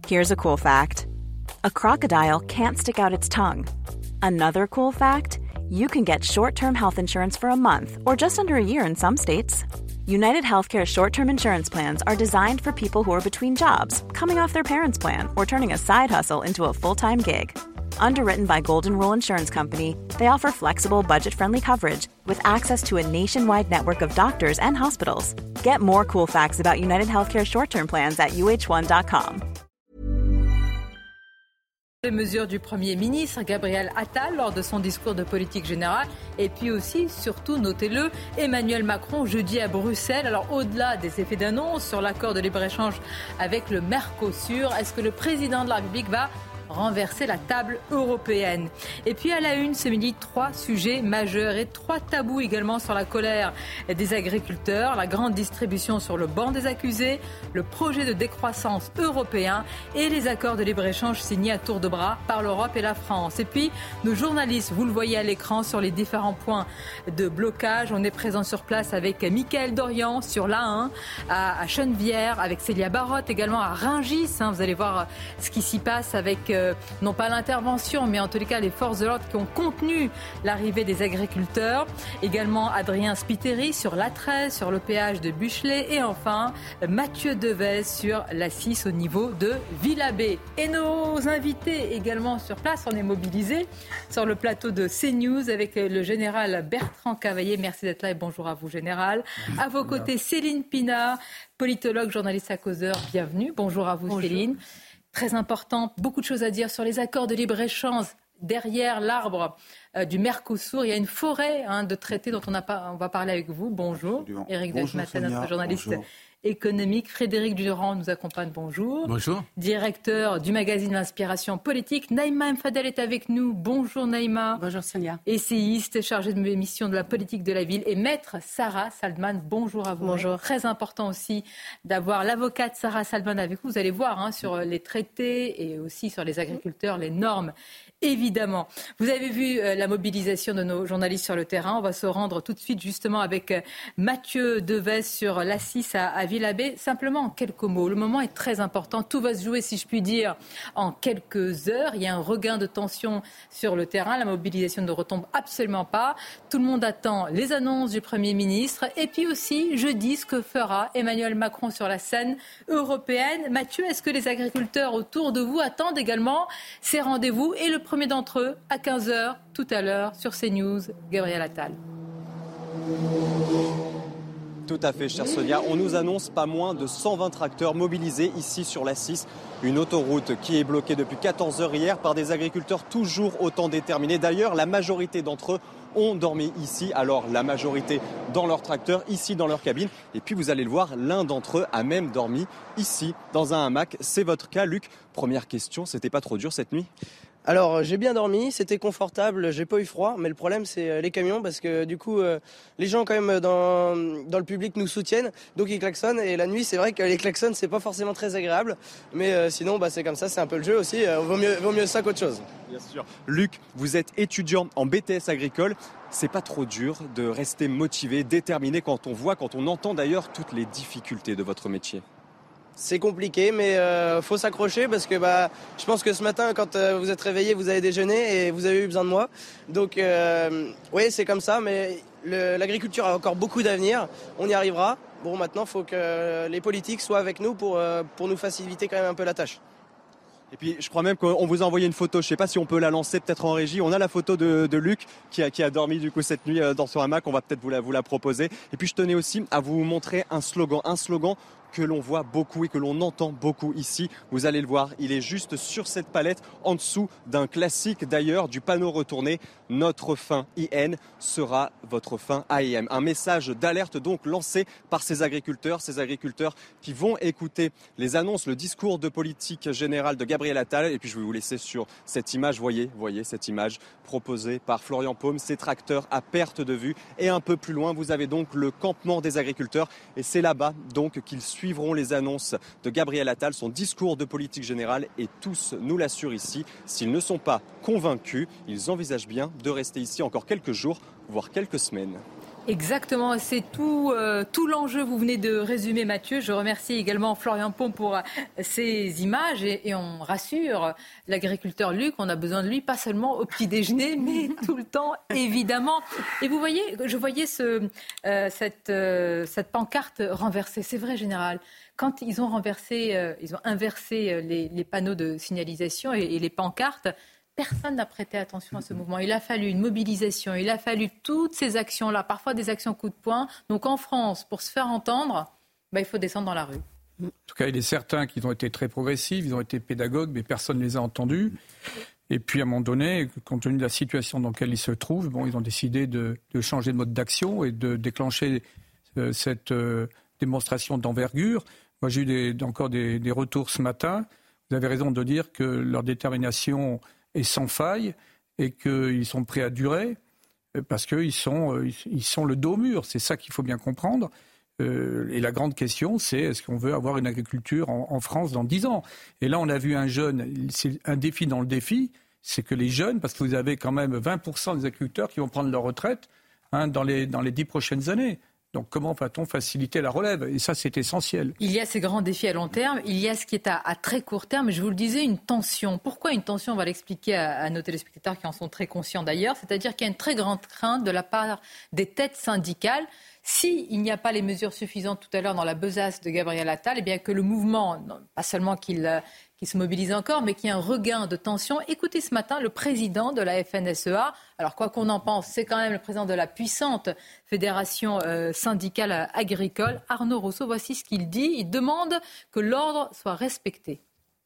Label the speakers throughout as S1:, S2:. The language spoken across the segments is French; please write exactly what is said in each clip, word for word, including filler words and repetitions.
S1: Here's a cool fact. A crocodile can't stick out its tongue. Another cool fact, you can get short-term health insurance for a month or just under a year in some states. United Healthcare short-term insurance plans are designed for people who are between jobs, coming off their parents' plan, or turning a side hustle into a full-time gig. Underwritten by Golden Rule Insurance Company, they offer flexible, budget-friendly coverage with access to a nationwide network of doctors and hospitals. Get more cool facts about United Healthcare short-term plans at U H one dot com.
S2: Les mesures du Premier ministre Gabriel Attal lors de son discours de politique générale et puis aussi, surtout, notez-le, Emmanuel Macron jeudi à Bruxelles. Alors au-delà des effets d'annonce sur l'accord de libre-échange avec le Mercosur, est-ce que le président de la République va renverser la table européenne? Et puis à la une ce midi, trois sujets majeurs et trois tabous également sur la colère des agriculteurs, la grande distribution sur le banc des accusés, le projet de décroissance européen et les accords de libre-échange signés à tour de bras par l'Europe et la France. Et puis nos journalistes, vous le voyez à l'écran, sur les différents points de blocage. On est présent sur place avec Mickaël Dorian sur l'A un, à, à Chenevière, avec Célia Barotte également à Rungis. Hein, vous allez voir ce qui s'y passe avec Euh, non pas l'intervention, mais en tous les cas les forces de l'ordre qui ont contenu l'arrivée des agriculteurs. Également Adrien Spiteri sur l'A treize, sur le péage de Buchelet. Et enfin Mathieu Devez sur l'A six au niveau de Villabé. Et nos invités également sur place, on est mobilisés sur le plateau de CNews avec le général Bertrand Cavaillé. Merci d'être là et bonjour à vous, général. À vos côtés, Céline Pina, politologue, journaliste à Causeur. Bienvenue. Bonjour à vous, bonjour. Céline. Très important, beaucoup de choses à dire sur les accords de libre-échange. Derrière l'arbre euh, du Mercosur, il y a une forêt hein, de traités dont on, a pas, on va parler avec vous. Bonjour, Absolument. Éric Dachmatin, notre journaliste bonjour. économique. Frédéric Durand nous accompagne, bonjour.
S3: Bonjour. Directeur
S2: du magazine L'Inspiration Politique. Naïma Mfadel est avec nous. Bonjour Naïma.
S4: Bonjour Sonia.
S2: Essayiste, chargée de l'émission de la politique de la ville. Et maître Sarah Saldman, bonjour à vous.
S4: Bonjour.
S2: Très important aussi d'avoir l'avocate Sarah Saldman avec vous. Vous allez voir hein, sur les traités et aussi sur les agriculteurs, les normes. Évidemment. Vous avez vu euh, la mobilisation de nos journalistes sur le terrain. On va se rendre tout de suite justement avec euh, Mathieu Devez sur l'A six à, à Villabé. Simplement en quelques mots. Le moment est très important. Tout va se jouer, si je puis dire, en quelques heures. Il y a un regain de tension sur le terrain. La mobilisation ne retombe absolument pas. Tout le monde attend les annonces du Premier ministre. Et puis aussi, jeudi, ce que fera Emmanuel Macron sur la scène européenne. Mathieu, est-ce que les agriculteurs autour de vous attendent également ces rendez-vous? Et le premier d'entre eux, à quinze heures, tout à l'heure, sur CNews, Gabriel Attal.
S5: Tout à fait, chère Sonia. On nous annonce pas moins de cent vingt tracteurs mobilisés ici sur l'A six, une autoroute qui est bloquée depuis quatorze heures hier par des agriculteurs toujours autant déterminés. D'ailleurs, la majorité d'entre eux ont dormi ici. Alors, la majorité dans leur tracteur, ici dans leur cabine. Et puis, vous allez le voir, l'un d'entre eux a même dormi ici, dans un hamac. C'est votre cas, Luc. Première question, c'était pas trop dur cette nuit ?
S6: Alors j'ai bien dormi, c'était confortable, j'ai pas eu froid, mais le problème c'est les camions parce que du coup euh, les gens quand même dans, dans le public nous soutiennent, donc ils klaxonnent et la nuit c'est vrai que les klaxons c'est pas forcément très agréable, mais euh, sinon bah, c'est comme ça, c'est un peu le jeu aussi, euh, vaut mieux, vaut mieux ça qu'autre chose.
S5: Bien sûr. Luc, vous êtes étudiant en B T S agricole, c'est pas trop dur de rester motivé, déterminé quand on voit, quand on entend d'ailleurs toutes les difficultés de votre métier?
S6: C'est compliqué, mais euh, faut s'accrocher parce que bah, je pense que ce matin, quand euh, vous êtes réveillé, vous avez déjeuné et vous avez eu besoin de moi. Donc, euh, oui, c'est comme ça, mais le, l'agriculture a encore beaucoup d'avenir. On y arrivera. Bon, maintenant, il faut que les politiques soient avec nous pour, euh, pour nous faciliter quand même un peu la tâche.
S5: Et puis, je crois même qu'on vous a envoyé une photo. Je ne sais pas si on peut la lancer peut-être en régie. On a la photo de, de Luc qui a, qui a dormi du coup cette nuit dans son hamac. On va peut-être vous la, vous la proposer. Et puis, je tenais aussi à vous montrer un slogan. Un slogan que l'on voit beaucoup et que l'on entend beaucoup ici. Vous allez le voir, il est juste sur cette palette, en dessous d'un classique d'ailleurs, du panneau retourné. Notre fin I N sera votre fin A I M. Un message d'alerte donc lancé par ces agriculteurs, ces agriculteurs qui vont écouter les annonces, le discours de politique générale de Gabriel Attal. Et puis je vais vous laisser sur cette image, voyez, voyez cette image proposée par Florian Paume, ces tracteurs à perte de vue. Et un peu plus loin, vous avez donc le campement des agriculteurs. Et c'est là-bas donc qu'ils suivent suivront les annonces de Gabriel Attal, son discours de politique générale, et tous nous l'assurent ici. S'ils ne sont pas convaincus, ils envisagent bien de rester ici encore quelques jours, voire quelques semaines.
S2: Exactement, c'est tout, euh, tout l'enjeu. Vous venez de résumer, Mathieu. Je remercie également Florian Pont pour euh, ces images et, et on rassure l'agriculteur Luc. On a besoin de lui, pas seulement au petit déjeuner, mais tout le temps, évidemment. Et vous voyez, je voyais ce, euh, cette, euh, cette pancarte renversée. C'est vrai, Général. Quand ils ont renversé, euh, ils ont inversé les, les panneaux de signalisation et, et les pancartes. Personne n'a prêté attention à ce mouvement. Il a fallu une mobilisation, il a fallu toutes ces actions-là, parfois des actions coup de poing. Donc en France, pour se faire entendre, bah, il faut descendre dans la rue.
S3: En tout cas, il est certain qu'ils ont été très progressifs, ils ont été pédagogues, mais personne ne les a entendus. Et puis, à un moment donné, compte tenu de la situation dans laquelle ils se trouvent, bon, ils ont décidé de, de changer de mode d'action et de déclencher euh, cette euh, démonstration d'envergure. Moi, j'ai eu des, encore des, des retours ce matin. Vous avez raison de dire que leur détermination est sans faille et qu'ils sont prêts à durer parce qu'ils sont, ils sont le dos au mur. C'est ça qu'il faut bien comprendre. Euh, et la grande question, c'est est-ce qu'on veut avoir une agriculture en, en France dans dix ans ? Et là, on a vu un jeune, c'est un défi dans le défi, c'est que les jeunes, parce que vous avez quand même vingt pour cent des agriculteurs qui vont prendre leur retraite hein, dans les, dans les dix prochaines années. Donc comment va-t-on faciliter la relève ? Et ça, c'est essentiel.
S2: Il y a ces grands défis à long terme, il y a ce qui est à, à très court terme. Je vous le disais, une tension. Pourquoi une tension ? On va l'expliquer à, à nos téléspectateurs qui en sont très conscients d'ailleurs. C'est-à-dire qu'il y a une très grande crainte de la part des têtes syndicales. S'il n'y a pas les mesures suffisantes tout à l'heure dans la besace de Gabriel Attal, eh bien que le mouvement, non, pas seulement qu'il, qu'il se mobilise encore, mais qu'il y ait un regain de tension. Écoutez ce matin le président de la F N S E A. Alors quoi qu'on en pense, c'est quand même le président de la puissante fédération euh, syndicale agricole, Arnaud Rousseau. Voici ce qu'il dit. Il demande que l'ordre soit respecté.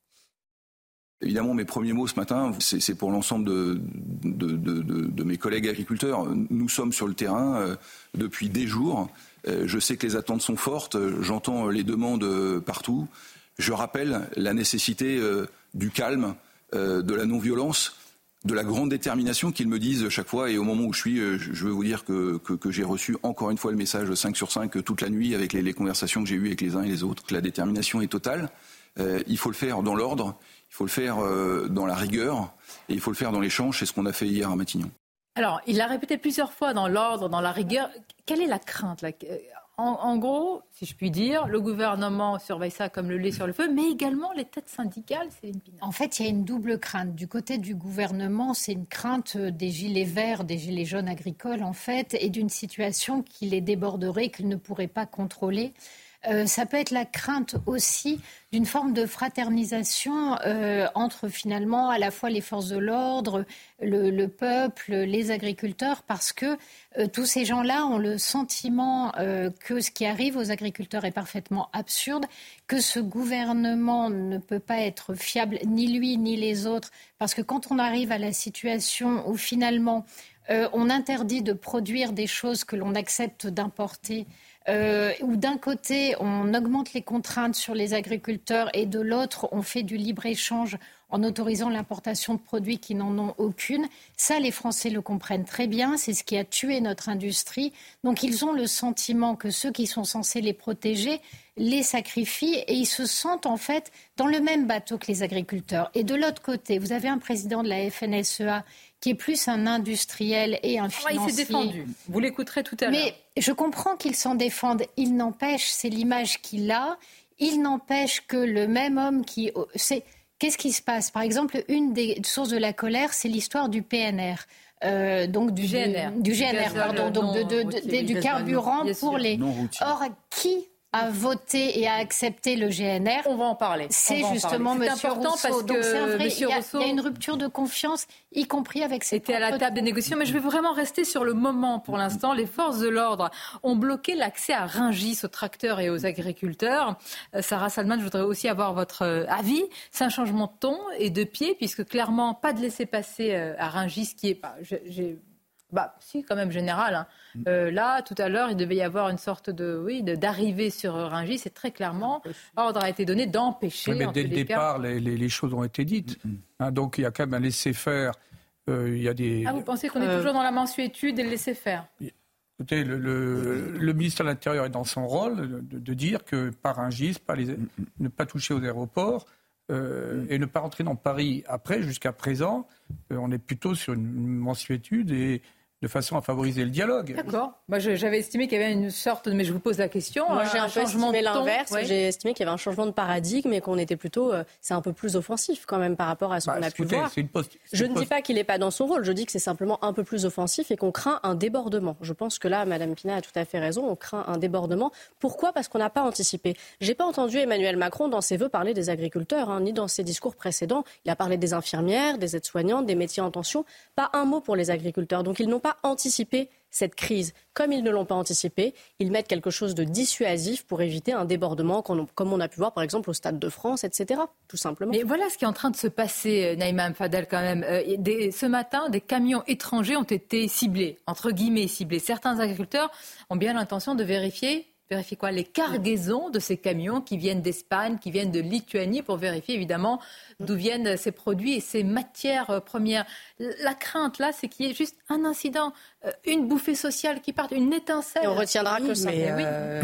S4: Évidemment, mes premiers mots ce matin, c'est, c'est pour l'ensemble de, de, de, de, de mes collègues agriculteurs. Nous sommes sur le terrain euh, depuis des jours. Euh, je sais que les attentes sont fortes. J'entends les demandes euh, partout. Je rappelle la nécessité euh, du calme, euh, de la non-violence, de la grande détermination qu'ils me disent chaque fois. Et au moment où je suis, euh, je veux vous dire que, que, que j'ai reçu encore une fois le message cinq sur cinq toute la nuit avec les, les conversations que j'ai eues avec les uns et les autres. La détermination est totale. Euh, il faut le faire dans l'ordre. Il faut le faire euh, dans la rigueur et il faut le faire dans l'échange. C'est ce qu'on a fait hier à Matignon.
S2: Alors, il l'a répété plusieurs fois dans l'ordre, dans la rigueur. Quelle est la crainte là ? en, en gros, si je puis dire, le gouvernement surveille ça comme le lait sur le feu, mais également les têtes syndicales, Céline Pina.
S7: En fait, il y a une double crainte. Du côté du gouvernement, c'est une crainte des gilets verts, des gilets jaunes agricoles, en fait, et d'une situation qui les déborderait, qu'ils ne pourraient pas contrôler. Euh, ça peut être la crainte aussi d'une forme de fraternisation euh, entre finalement à la fois les forces de l'ordre, le, le peuple, les agriculteurs, parce que euh, tous ces gens-là ont le sentiment euh, que ce qui arrive aux agriculteurs est parfaitement absurde, que ce gouvernement ne peut pas être fiable, ni lui ni les autres, parce que quand on arrive à la situation où finalement euh, on interdit de produire des choses que l'on accepte d'importer, Euh, où d'un côté, on augmente les contraintes sur les agriculteurs et de l'autre, on fait du libre-échange en autorisant l'importation de produits qui n'en ont aucune. Ça, les Français le comprennent très bien. C'est ce qui a tué notre industrie. Donc, ils ont le sentiment que ceux qui sont censés les protéger les sacrifient et ils se sentent en fait dans le même bateau que les agriculteurs. Et de l'autre côté, vous avez un président de la F N S E A qui est plus un industriel et un financier.
S2: Ah, il s'est défendu. Vous l'écouterez tout à l'heure.
S7: Mais je comprends qu'il s'en défende. Il n'empêche, c'est l'image qu'il a. Il n'empêche que le même homme qui... C'est... Qu'est-ce qui se passe ? Par exemple, une des sources de la colère, c'est l'histoire du P N R. Euh, donc du,
S2: du G N R.
S7: Du, du G N R, pardon. Donc de, de, de, de, du carburant pour les... Or, qui a voté et a accepté le G N R?
S2: On va en parler.
S7: C'est justement M. Rousseau.
S2: Parce que
S7: donc c'est un vrai,
S2: Monsieur
S7: il, y a,
S2: Rousseau
S7: il y a une rupture de confiance, y compris avec ses
S2: était à la table des négociations. Mais je vais vraiment rester sur le moment pour l'instant. Les forces de l'ordre ont bloqué l'accès à Rungis aux tracteurs et aux agriculteurs. Euh, Sarah Salman, je voudrais aussi avoir votre euh, avis. C'est un changement de ton et de pied, puisque clairement, pas de laisser-passer euh, à Rungis, qui est... Bah, j'ai, j'ai... Bah, si, quand même, général. Hein. Euh, là, tout à l'heure, il devait y avoir une sorte de, oui, de, d'arrivée sur Rungis. C'est très clairement, ordre a été donné d'empêcher.
S3: Oui, mais
S2: en
S3: dès le départ, les, les, les choses ont été dites. Mm-hmm. Hein, donc, il y a quand même un laisser-faire. Euh, il y a des...
S2: Ah, vous pensez qu'on est euh... toujours dans la mansuétude et le laisser-faire ?
S3: Écoutez, le, le, le ministre de l'Intérieur est dans son rôle de, de dire que par Rungis, pas les, mm-hmm. ne pas toucher aux aéroports, Euh, et ne pas rentrer dans Paris. Après, jusqu'à présent, euh, on est plutôt sur une mansuétude et de façon à favoriser le dialogue.
S2: D'accord. Moi, je, j'avais estimé qu'il y avait une sorte, de, mais je vous pose la question.
S8: Moi, j'ai un, un peu estimé l'inverse.
S2: Ouais.
S8: J'ai estimé qu'il y avait un changement de paradigme et qu'on était plutôt, euh, c'est un peu plus offensif quand même par rapport à ce bah, qu'on a
S3: écoutez,
S8: pu voir.
S3: C'est une post- c'est
S8: je
S3: une
S8: ne
S3: post-
S8: dis pas qu'il n'est pas dans son rôle. Je dis que c'est simplement un peu plus offensif et qu'on craint un débordement. Je pense que là, Mme Pinat a tout à fait raison. On craint un débordement. Pourquoi ? Parce qu'on n'a pas anticipé. J'ai pas entendu Emmanuel Macron dans ses vœux parler des agriculteurs, hein, ni dans ses discours précédents. Il a parlé des infirmières, des aides-soignantes, des métiers en tension. Pas un mot pour les agriculteurs. Donc ils n'ont pas anticipé cette crise. Comme ils ne l'ont pas anticipé, ils mettent quelque chose de dissuasif pour éviter un débordement, comme on a pu voir par exemple au Stade de France, et cetera. Tout simplement.
S2: Mais voilà ce qui est en train de se passer, Naïma Mfadel, quand même. Euh, des, ce matin, des camions étrangers ont été ciblés, entre guillemets ciblés. Certains agriculteurs ont bien l'intention de vérifier Vérifier quoi ? Les cargaisons de ces camions qui viennent d'Espagne, qui viennent de Lituanie, pour vérifier évidemment d'où viennent ces produits et ces matières premières. La crainte là, c'est qu'il y ait juste un incident, une bouffée sociale qui parte, une étincelle.
S8: Et on retiendra que ça.
S9: Mais euh,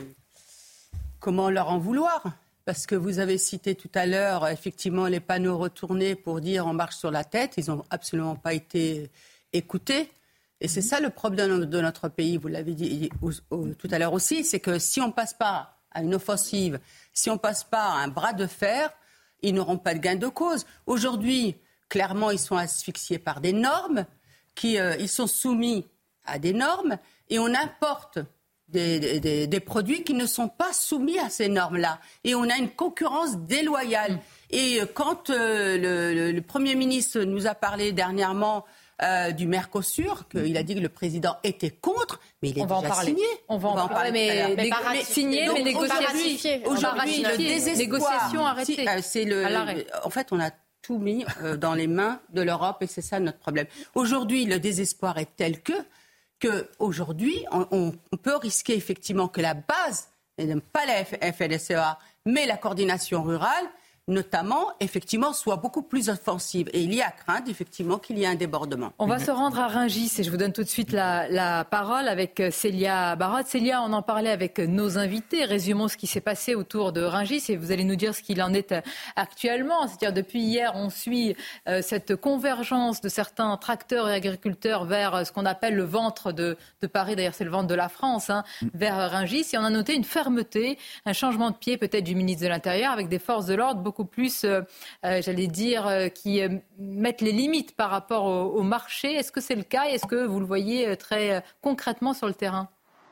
S9: comment leur en vouloir ? Parce que vous avez cité tout à l'heure, effectivement, les panneaux retournés pour dire on marche sur la tête. Ils n'ont absolument pas été écoutés. Et c'est ça le problème de notre pays, vous l'avez dit tout à l'heure aussi, c'est que si on ne passe pas à une offensive, si on ne passe pas à un bras de fer, ils n'auront pas de gain de cause. Aujourd'hui, clairement, ils sont asphyxiés par des normes, qui, euh, ils sont soumis à des normes, et on importe des, des, des produits qui ne sont pas soumis à ces normes-là. Et on a une concurrence déloyale. Mmh. Et quand euh, le, le, le Premier ministre nous a parlé dernièrement Euh, du Mercosur, qu'il a dit que le président était contre, mais il est
S2: on
S9: déjà signé.
S2: On va en, on va en parler, mais, mais, mais signé, mais négocié.
S9: Aujourd'hui, le désespoir,
S2: négociation arrêtée.
S9: Si, euh, c'est le, en fait, on a tout mis euh, dans les mains de l'Europe et c'est ça notre problème. Aujourd'hui, le désespoir est tel que, que aujourd'hui, on, on, on peut risquer effectivement que la base, et non pas la F N S E A, mais la coordination rurale, notamment, effectivement, soit beaucoup plus offensive. Et il y a crainte, effectivement, qu'il y ait un débordement.
S2: On va se rendre à Rungis et je vous donne tout de suite la, la parole avec Célia Barotte. Célia, on en parlait avec nos invités. Résumons ce qui s'est passé autour de Rungis et vous allez nous dire ce qu'il en est actuellement. C'est-à-dire, depuis hier, on suit euh, cette convergence de certains tracteurs et agriculteurs vers ce qu'on appelle le ventre de, de Paris. D'ailleurs, c'est le ventre de la France, hein, vers Rungis. Et on a noté une fermeté, un changement de pied peut-être du ministre de l'Intérieur avec des forces de l'ordre beaucoup beaucoup plus, euh, euh, j'allais dire, euh, qui euh, mettent les limites par rapport au, au marché. Est-ce que c'est le cas et est-ce que vous le voyez euh, très euh, concrètement sur le terrain ?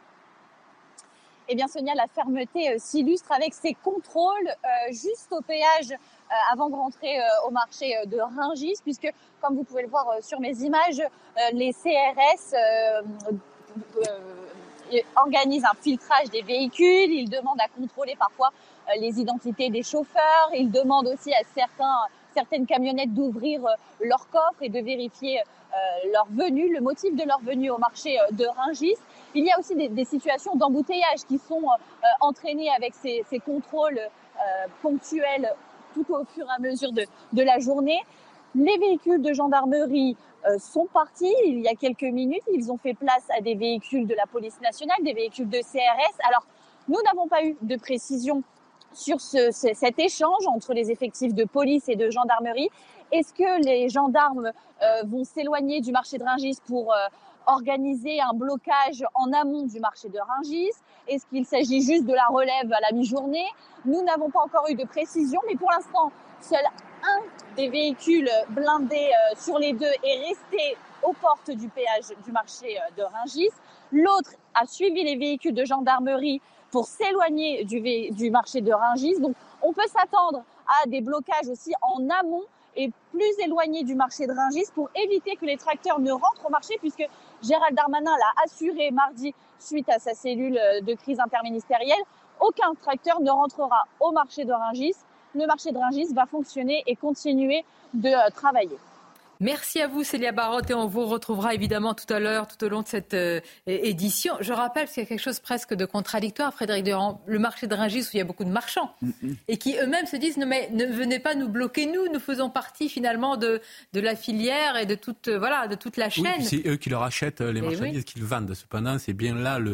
S10: Eh bien, Sonia, la fermeté euh, s'illustre avec ces contrôles euh, juste au péage euh, avant de rentrer euh, au marché euh, de Rungis, puisque, comme vous pouvez le voir euh, sur mes images, euh, les C R S euh, euh, organisent un filtrage des véhicules, ils demandent à contrôler parfois euh, les identités des chauffeurs, ils demandent aussi à certains, certaines camionnettes d'ouvrir euh, leur coffre et de vérifier euh, leur venue, le motif de leur venue au marché euh, de Rungis. Il y a aussi des, des situations d'embouteillage qui sont euh, entraînées avec ces, ces contrôles euh, ponctuels tout au fur et à mesure de, de la journée. Les véhicules de gendarmerie euh, sont partis il y a quelques minutes. Ils ont fait place à des véhicules de la police nationale, des véhicules de C R S. Alors, nous n'avons pas eu de précision sur ce, ce, cet échange entre les effectifs de police et de gendarmerie. Est-ce que les gendarmes euh, vont s'éloigner du marché de Rungis pour euh, organiser un blocage en amont du marché de Rungis? Est-ce qu'il s'agit juste de la relève à la mi-journée? Nous n'avons pas encore eu de précision, mais pour l'instant, seul un des véhicules blindés euh, sur les deux est resté aux portes du péage du marché euh, de Rungis. L'autre a suivi les véhicules de gendarmerie pour s'éloigner du, du marché de Rungis. Donc, on peut s'attendre à des blocages aussi en amont et plus éloignés du marché de Rungis pour éviter que les tracteurs ne rentrent au marché, puisque Gérald Darmanin l'a assuré mardi suite à sa cellule de crise interministérielle. Aucun tracteur ne rentrera au marché de Rungis. Le marché de Rungis va fonctionner et continuer de euh, travailler.
S2: Merci à vous Célia Barotte et on vous retrouvera évidemment tout à l'heure, tout au long de cette euh, édition. Je rappelle qu'il y a quelque chose presque de contradictoire, Frédéric Durand, le marché de Rungis où il y a beaucoup de marchands mm-hmm. et qui eux-mêmes se disent « mais ne venez pas nous bloquer, nous, nous faisons partie finalement de, de la filière et de toute, euh, voilà, de toute la chaîne. »
S11: Oui, c'est eux qui leur achètent les marchandises oui. qu'ils vendent. Cependant, c'est bien là le,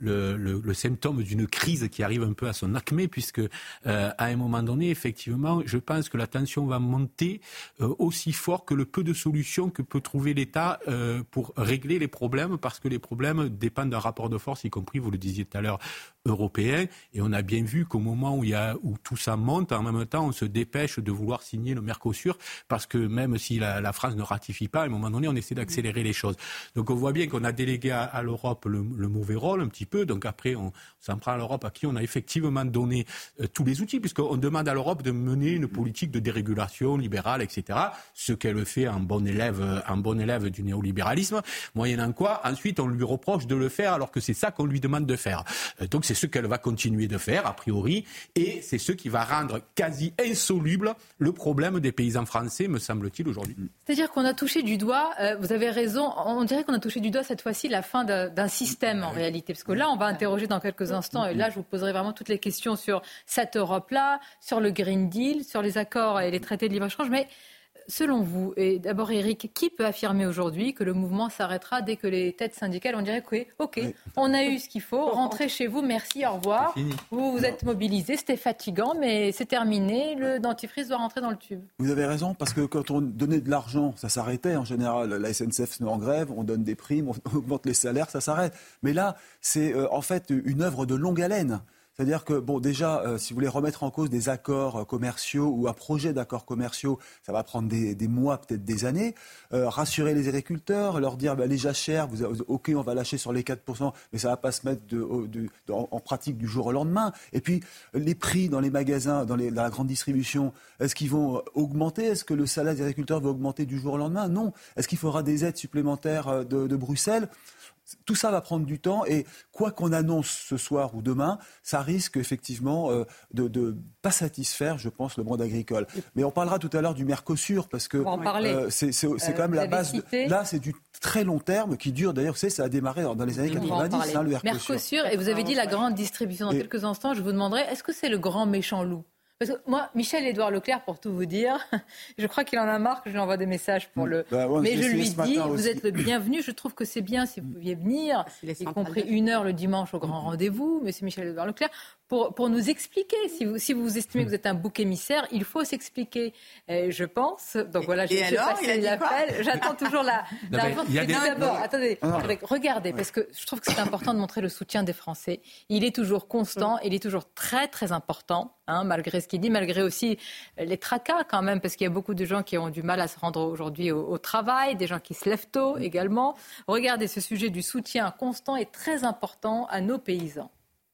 S11: le, le, le symptôme d'une crise qui arrive un peu à son acmé, puisque euh, à un moment donné, effectivement, je pense que la tension va monter euh, aussi fort que le peu de solutions que peut trouver l'État euh, pour régler les problèmes, parce que les problèmes dépendent d'un rapport de force, y compris, vous le disiez tout à l'heure, européen. Et on a bien vu qu'au moment où, il y a, où tout ça monte, en même temps, on se dépêche de vouloir signer le Mercosur, parce que même si la, la France ne ratifie pas, à un moment donné, on essaie d'accélérer les choses. Donc on voit bien qu'on a délégué à, à l'Europe le, le mauvais rôle, un petit peu. Donc après, on s'en prend à l'Europe, à qui on a effectivement donné euh, tous les outils, puisqu'on demande à l'Europe de mener une politique de dérégulation libérale, et cetera, ce qu'elle fait en bon élève, en bon élève du néolibéralisme, moyennant quoi, ensuite, on lui reproche de le faire, alors que c'est ça qu'on lui demande de faire. Euh, donc c'est ce qu'elle va continuer de faire, a priori, et c'est ce qui va rendre quasi insoluble le problème des paysans français, me semble-t-il, aujourd'hui.
S2: C'est-à-dire qu'on a touché du doigt, euh, vous avez raison, on dirait qu'on a touché du doigt cette fois-ci la fin de, d'un système en réalité. Parce que là, on va interroger dans quelques instants, et là, je vous poserai vraiment toutes les questions sur cette Europe-là, sur le Green Deal, sur les accords et les traités de libre-échange. Mais selon vous, et d'abord Éric, qui peut affirmer aujourd'hui que le mouvement s'arrêtera dès que les têtes syndicales, on dirait que oui, ok, oui. on a eu ce qu'il faut, rentrez chez vous, merci, au revoir. Vous vous êtes mobilisés, c'était fatigant, mais c'est terminé, le dentifrice doit rentrer dans le tube.
S12: Vous avez raison, parce que quand on donnait de l'argent, ça s'arrêtait en général. La S N C F se met en grève, on donne des primes, on augmente les salaires, ça s'arrête. Mais là, c'est euh, en fait une œuvre de longue haleine. C'est-à-dire que, bon, déjà, euh, si vous voulez remettre en cause des accords euh, commerciaux ou un projet d'accords commerciaux, ça va prendre des, des mois, peut-être des années. Euh, rassurer les agriculteurs, leur dire, bah, les jachères, vous, vous, ok, on va lâcher sur les quatre pour cent, mais ça ne va pas se mettre de, de, de, en, en pratique du jour au lendemain. Et puis, les prix dans les magasins, dans, les, dans la grande distribution, est-ce qu'ils vont augmenter ? Est-ce que le salaire des agriculteurs va augmenter du jour au lendemain ? Non. Est-ce qu'il faudra des aides supplémentaires de, de Bruxelles ? Tout ça va prendre du temps et quoi qu'on annonce ce soir ou demain, ça risque effectivement euh, de ne pas satisfaire, je pense, le monde agricole. Mais on parlera tout à l'heure du Mercosur parce que euh, c'est, c'est, c'est euh, quand même la base. De, là, c'est du très long terme qui dure. D'ailleurs, vous savez, ça a démarré dans les années quatre-vingt-dix, hein, le Mercosur.
S2: Mercosur, et vous avez dit la grande distribution. Dans et... quelques instants, je vous demanderai, est-ce que c'est le grand méchant loup ? Parce que moi, Michel-Édouard Leclerc, pour tout vous dire, je crois qu'il en a marre que je lui envoie des messages pour le... Bah ouais, mais je lui dis, vous aussi. Êtes le bienvenu. Je trouve que c'est bien si vous pouviez venir, y compris une heure le dimanche au grand rendez-vous, monsieur Michel-Édouard Leclerc, pour, pour nous expliquer. Si vous, si vous estimez que vous êtes un bouc émissaire, il faut s'expliquer, et je pense. Donc voilà, je vais passer l'appel. J'attends toujours la, la réponse. Des... D'abord, attendez, attendez, regardez, parce que je trouve que c'est important de montrer le soutien des Français. Il est toujours constant, il est toujours très, très important, hein, malgré ce qu'il dit, malgré aussi les tracas quand même, parce qu'il y a beaucoup de gens qui ont du mal à se rendre aujourd'hui au, au travail, des gens qui se lèvent tôt également. Regardez, ce sujet du soutien constant est très important à nos paysans.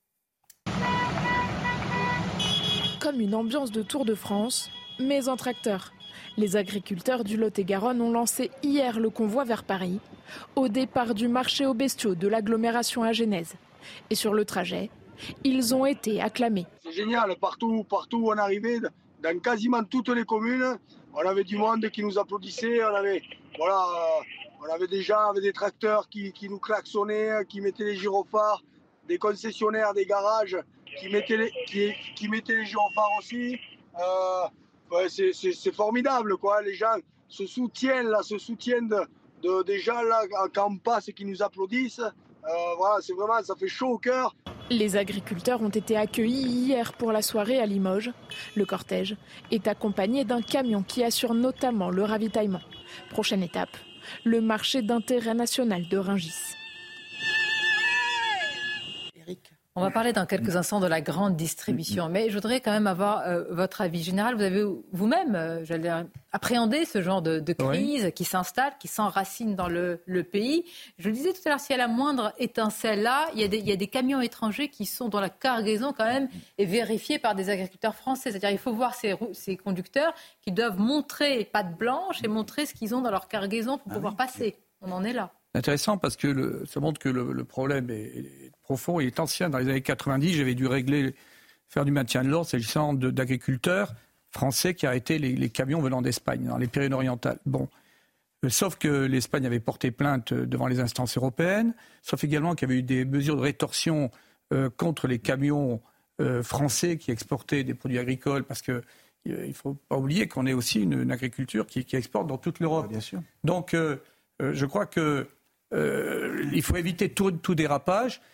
S13: Comme une ambiance de Tour de France, mais en tracteur. Les agriculteurs du Lot-et-Garonne ont lancé hier le convoi vers Paris, au départ du marché aux bestiaux de l'agglomération agenaise. Et sur le trajet, ils ont été acclamés.
S14: C'est génial, partout, partout où on arrivait, dans quasiment toutes les communes, on avait du monde qui nous applaudissait, on avait, voilà, on avait des gens avec des tracteurs qui, qui nous klaxonnaient, qui mettaient les gyrophares, des concessionnaires, des garages qui mettaient les, qui, qui mettaient les gyrophares aussi. Euh, ouais, c'est, c'est, c'est formidable, quoi. Les gens se soutiennent, là, se soutiennent de, de, des gens là, quand on passe et qui nous applaudissent. Euh, voilà, c'est vraiment, ça fait chaud au cœur.
S13: Les agriculteurs ont été accueillis hier pour la soirée à Limoges. Le cortège est accompagné d'un camion qui assure notamment le ravitaillement. Prochaine étape, le marché d'intérêt national de Rungis.
S2: On va parler dans quelques instants de la grande distribution, mais je voudrais quand même avoir euh, votre avis général. Vous avez vous-même, euh, j'allais dire, appréhendé ce genre de, de crise oui. qui s'installe, qui s'enracine dans le, le pays. Je le disais tout à l'heure, s'il y a la moindre étincelle là, il y a des, il y a des camions étrangers qui sont dans la cargaison quand même et vérifiés par des agriculteurs français. C'est-à-dire il faut voir ces, ces conducteurs qui doivent montrer patte blanche et montrer ce qu'ils ont dans leur cargaison pour ah pouvoir oui. passer. On en est là.
S3: Intéressant parce que le, ça montre que le, le problème est, est profond, il est ancien. Dans les années quatre-vingt-dix, j'avais dû régler, faire du maintien de l'ordre s'agissant de, d'agriculteurs français qui arrêtaient les, les camions venant d'Espagne, dans les Pyrénées-Orientales. Bon. Euh, sauf que l'Espagne avait porté plainte devant les instances européennes, sauf également qu'il y avait eu des mesures de rétorsion euh, contre les camions euh, français qui exportaient des produits agricoles, parce que euh, il ne faut pas oublier qu'on est aussi une, une agriculture qui, qui exporte dans toute l'Europe.
S12: Ah, bien sûr.
S3: Donc, euh, euh, je crois que Euh, il faut éviter tout, tout dérapage.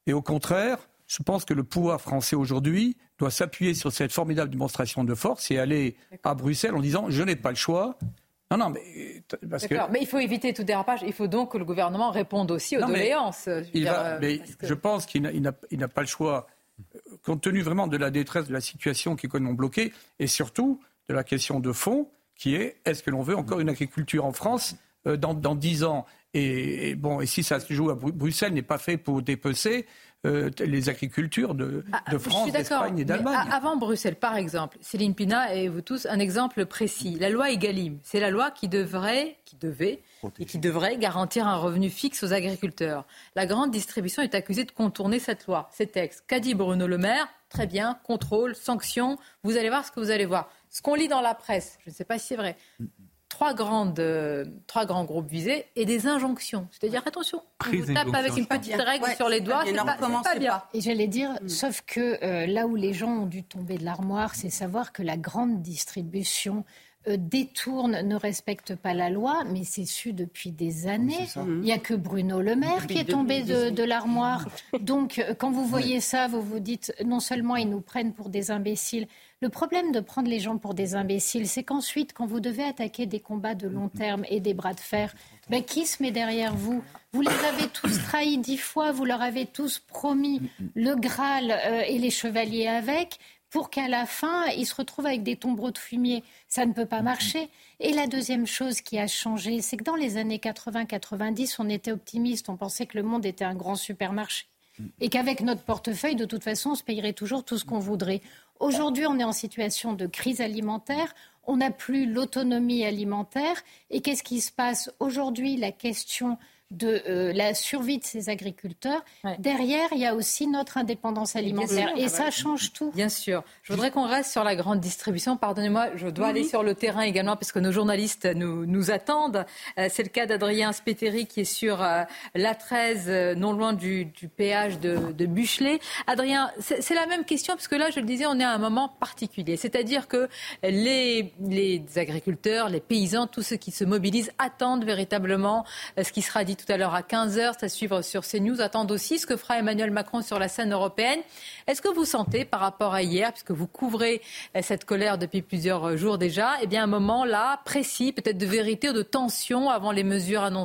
S3: Et au contraire, je pense que le pouvoir français aujourd'hui doit s'appuyer sur cette formidable démonstration de force et aller à Bruxelles en disant « je n'ai pas le choix ». Non, non, mais parce
S2: D'accord,
S3: que...
S2: mais il faut éviter tout dérapage. Il faut donc que le gouvernement réponde aussi aux
S3: non,
S2: doléances.
S3: Il
S2: dire,
S3: va, mais
S2: que...
S3: je pense qu'il n'a, il n'a, il n'a pas le choix, compte tenu vraiment de la détresse de la situation qui est complètement bloquée, et surtout de la question de fond, qui est est-ce que l'on veut encore une agriculture en France euh, dans, dans dix ans et, et bon, et si ça se joue à Bru- Bruxelles n'est pas fait pour dépecer Euh, les agricultures de, de France, d'Espagne et d'Allemagne.
S2: Avant Bruxelles, par exemple, Céline Pina et vous tous, un exemple précis. La loi Egalim, c'est la loi qui devrait, qui devait Protéger. et qui devrait garantir un revenu fixe aux agriculteurs. La grande distribution est accusée de contourner cette loi, ces textes. Qu'a dit Bruno Le Maire ? Très bien, contrôle, sanctions, vous allez voir ce que vous allez voir. Ce qu'on lit dans la presse, je ne sais pas si c'est vrai, Trois, grandes, euh, trois grands groupes visés et des injonctions. C'est-à-dire, attention, on vous tape avec une petite règle ouais, sur les doigts, c'est pas, c'est pas bien.
S7: Et j'allais dire, mm. sauf que euh, là où les gens ont dû tomber de l'armoire, c'est savoir que la grande distribution euh, détourne, ne respecte pas la loi, mais c'est su depuis des années. Il n'y a que Bruno Le Maire qui est tombé de, de l'armoire. Donc, euh, quand vous voyez ça, vous vous dites, non seulement ils nous prennent pour des imbéciles. Le problème de prendre les gens pour des imbéciles, c'est qu'ensuite, quand vous devez attaquer des combats de long terme et des bras de fer, ben, qui se met derrière vous ? Vous les avez tous trahis dix fois, vous leur avez tous promis le Graal euh, et les chevaliers avec, pour qu'à la fin, ils se retrouvent avec des tombereaux de fumier. Ça ne peut pas marcher. Et la deuxième chose qui a changé, c'est que dans les années quatre-vingts quatre-vingt-dix, on était optimiste, on pensait que le monde était un grand supermarché. Et qu'avec notre portefeuille, de toute façon, on se payerait toujours tout ce qu'on voudrait. Aujourd'hui, on est en situation de crise alimentaire. On n'a plus l'autonomie alimentaire. Et qu'est-ce qui se passe aujourd'hui ? La question de euh, la survie de ces agriculteurs. Ouais. Derrière, il y a aussi notre indépendance alimentaire. Et, et ça change tout.
S2: Bien sûr. Je voudrais qu'on reste sur la grande distribution. Pardonnez-moi, je dois oui. aller sur le terrain également parce que nos journalistes nous, nous attendent. Euh, c'est le cas d'Adrien Spiteri qui est sur euh, l'A treize, euh, non loin du, du péage de, de Buchelet. Adrien, c'est, c'est la même question parce que là, je le disais, on est à un moment particulier. C'est-à-dire que les, les agriculteurs, les paysans, tous ceux qui se mobilisent attendent véritablement euh, ce qui sera dit tout à l'heure à quinze heures, c'est à suivre sur CNews, attendent aussi ce que fera Emmanuel Macron sur la scène européenne. Est-ce que vous sentez, par rapport à hier, puisque vous couvrez cette colère depuis plusieurs jours déjà, eh bien un moment là, précis, peut-être de vérité ou de tension avant les mesures annoncées ?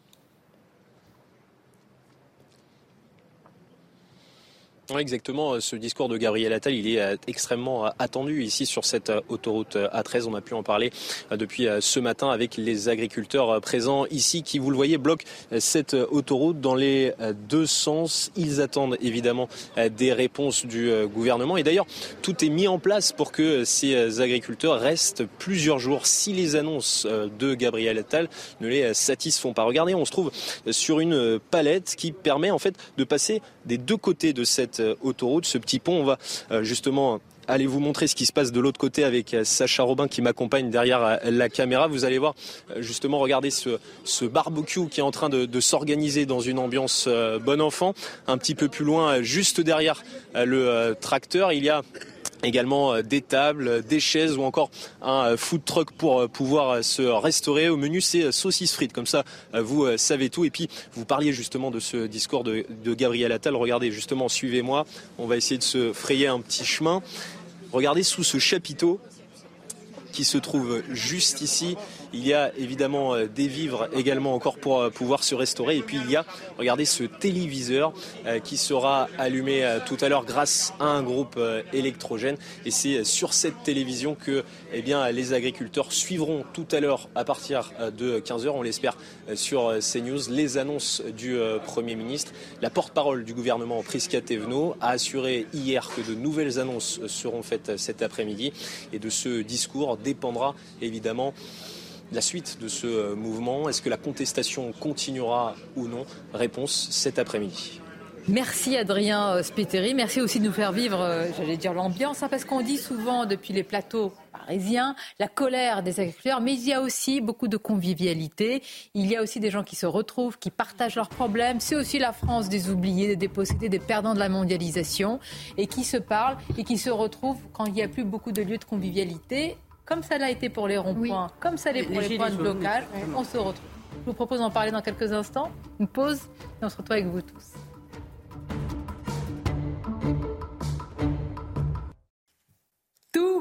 S15: Oui, exactement. Ce discours de Gabriel Attal, il est extrêmement attendu ici sur cette autoroute A treize. On a pu en parler depuis ce matin avec les agriculteurs présents ici qui, vous le voyez, bloquent cette autoroute dans les deux sens. Ils attendent évidemment des réponses du gouvernement. Et d'ailleurs, tout est mis en place pour que ces agriculteurs restent plusieurs jours si les annonces de Gabriel Attal ne les satisfont pas. Regardez, on se trouve sur une palette qui permet en fait de passer des deux côtés de cette autoroute, ce petit pont. On va euh, justement aller vous montrer ce qui se passe de l'autre côté avec Sacha Robin qui m'accompagne derrière la caméra. Vous allez voir justement, regardez ce, ce barbecue qui est en train de, de s'organiser dans une ambiance euh, bon enfant. Un petit peu plus loin, juste derrière euh, le euh, tracteur, il y a également des tables, des chaises ou encore un food truck pour pouvoir se restaurer. Au menu, c'est saucisses frites. Comme ça, vous savez tout. Et puis, vous parliez justement de ce discours de, de Gabriel Attal. Regardez, justement, suivez-moi. On va essayer de se frayer un petit chemin. Regardez sous ce chapiteau qui se trouve juste ici. Il y a évidemment des vivres également encore pour pouvoir se restaurer. Et puis il y a, regardez, ce téléviseur qui sera allumé tout à l'heure grâce à un groupe électrogène. Et c'est sur cette télévision que eh bien, les agriculteurs suivront tout à l'heure à partir de quinze heures, on l'espère, sur CNews, les annonces du Premier ministre. La porte-parole du gouvernement, Prisca Thévenot, a assuré hier que de nouvelles annonces seront faites cet après-midi. Et de ce discours dépendra évidemment la suite de ce mouvement. Est-ce que la contestation continuera ou non ? Réponse cet après-midi.
S2: Merci Adrien Spiteri, merci aussi de nous faire vivre, euh, j'allais dire l'ambiance, hein, parce qu'on dit souvent depuis les plateaux parisiens la colère des agriculteurs, mais il y a aussi beaucoup de convivialité, il y a aussi des gens qui se retrouvent, qui partagent leurs problèmes, c'est aussi la France des oubliés, des dépossédés, des perdants de la mondialisation, et qui se parlent et qui se retrouvent quand il n'y a plus beaucoup de lieux de convivialité. Comme ça l'a été pour les ronds-points, oui. Comme ça l'est pour les, les points de blocage, oui. On se retrouve. Je vous propose d'en parler dans quelques instants. Une pause et on se retrouve avec vous tous.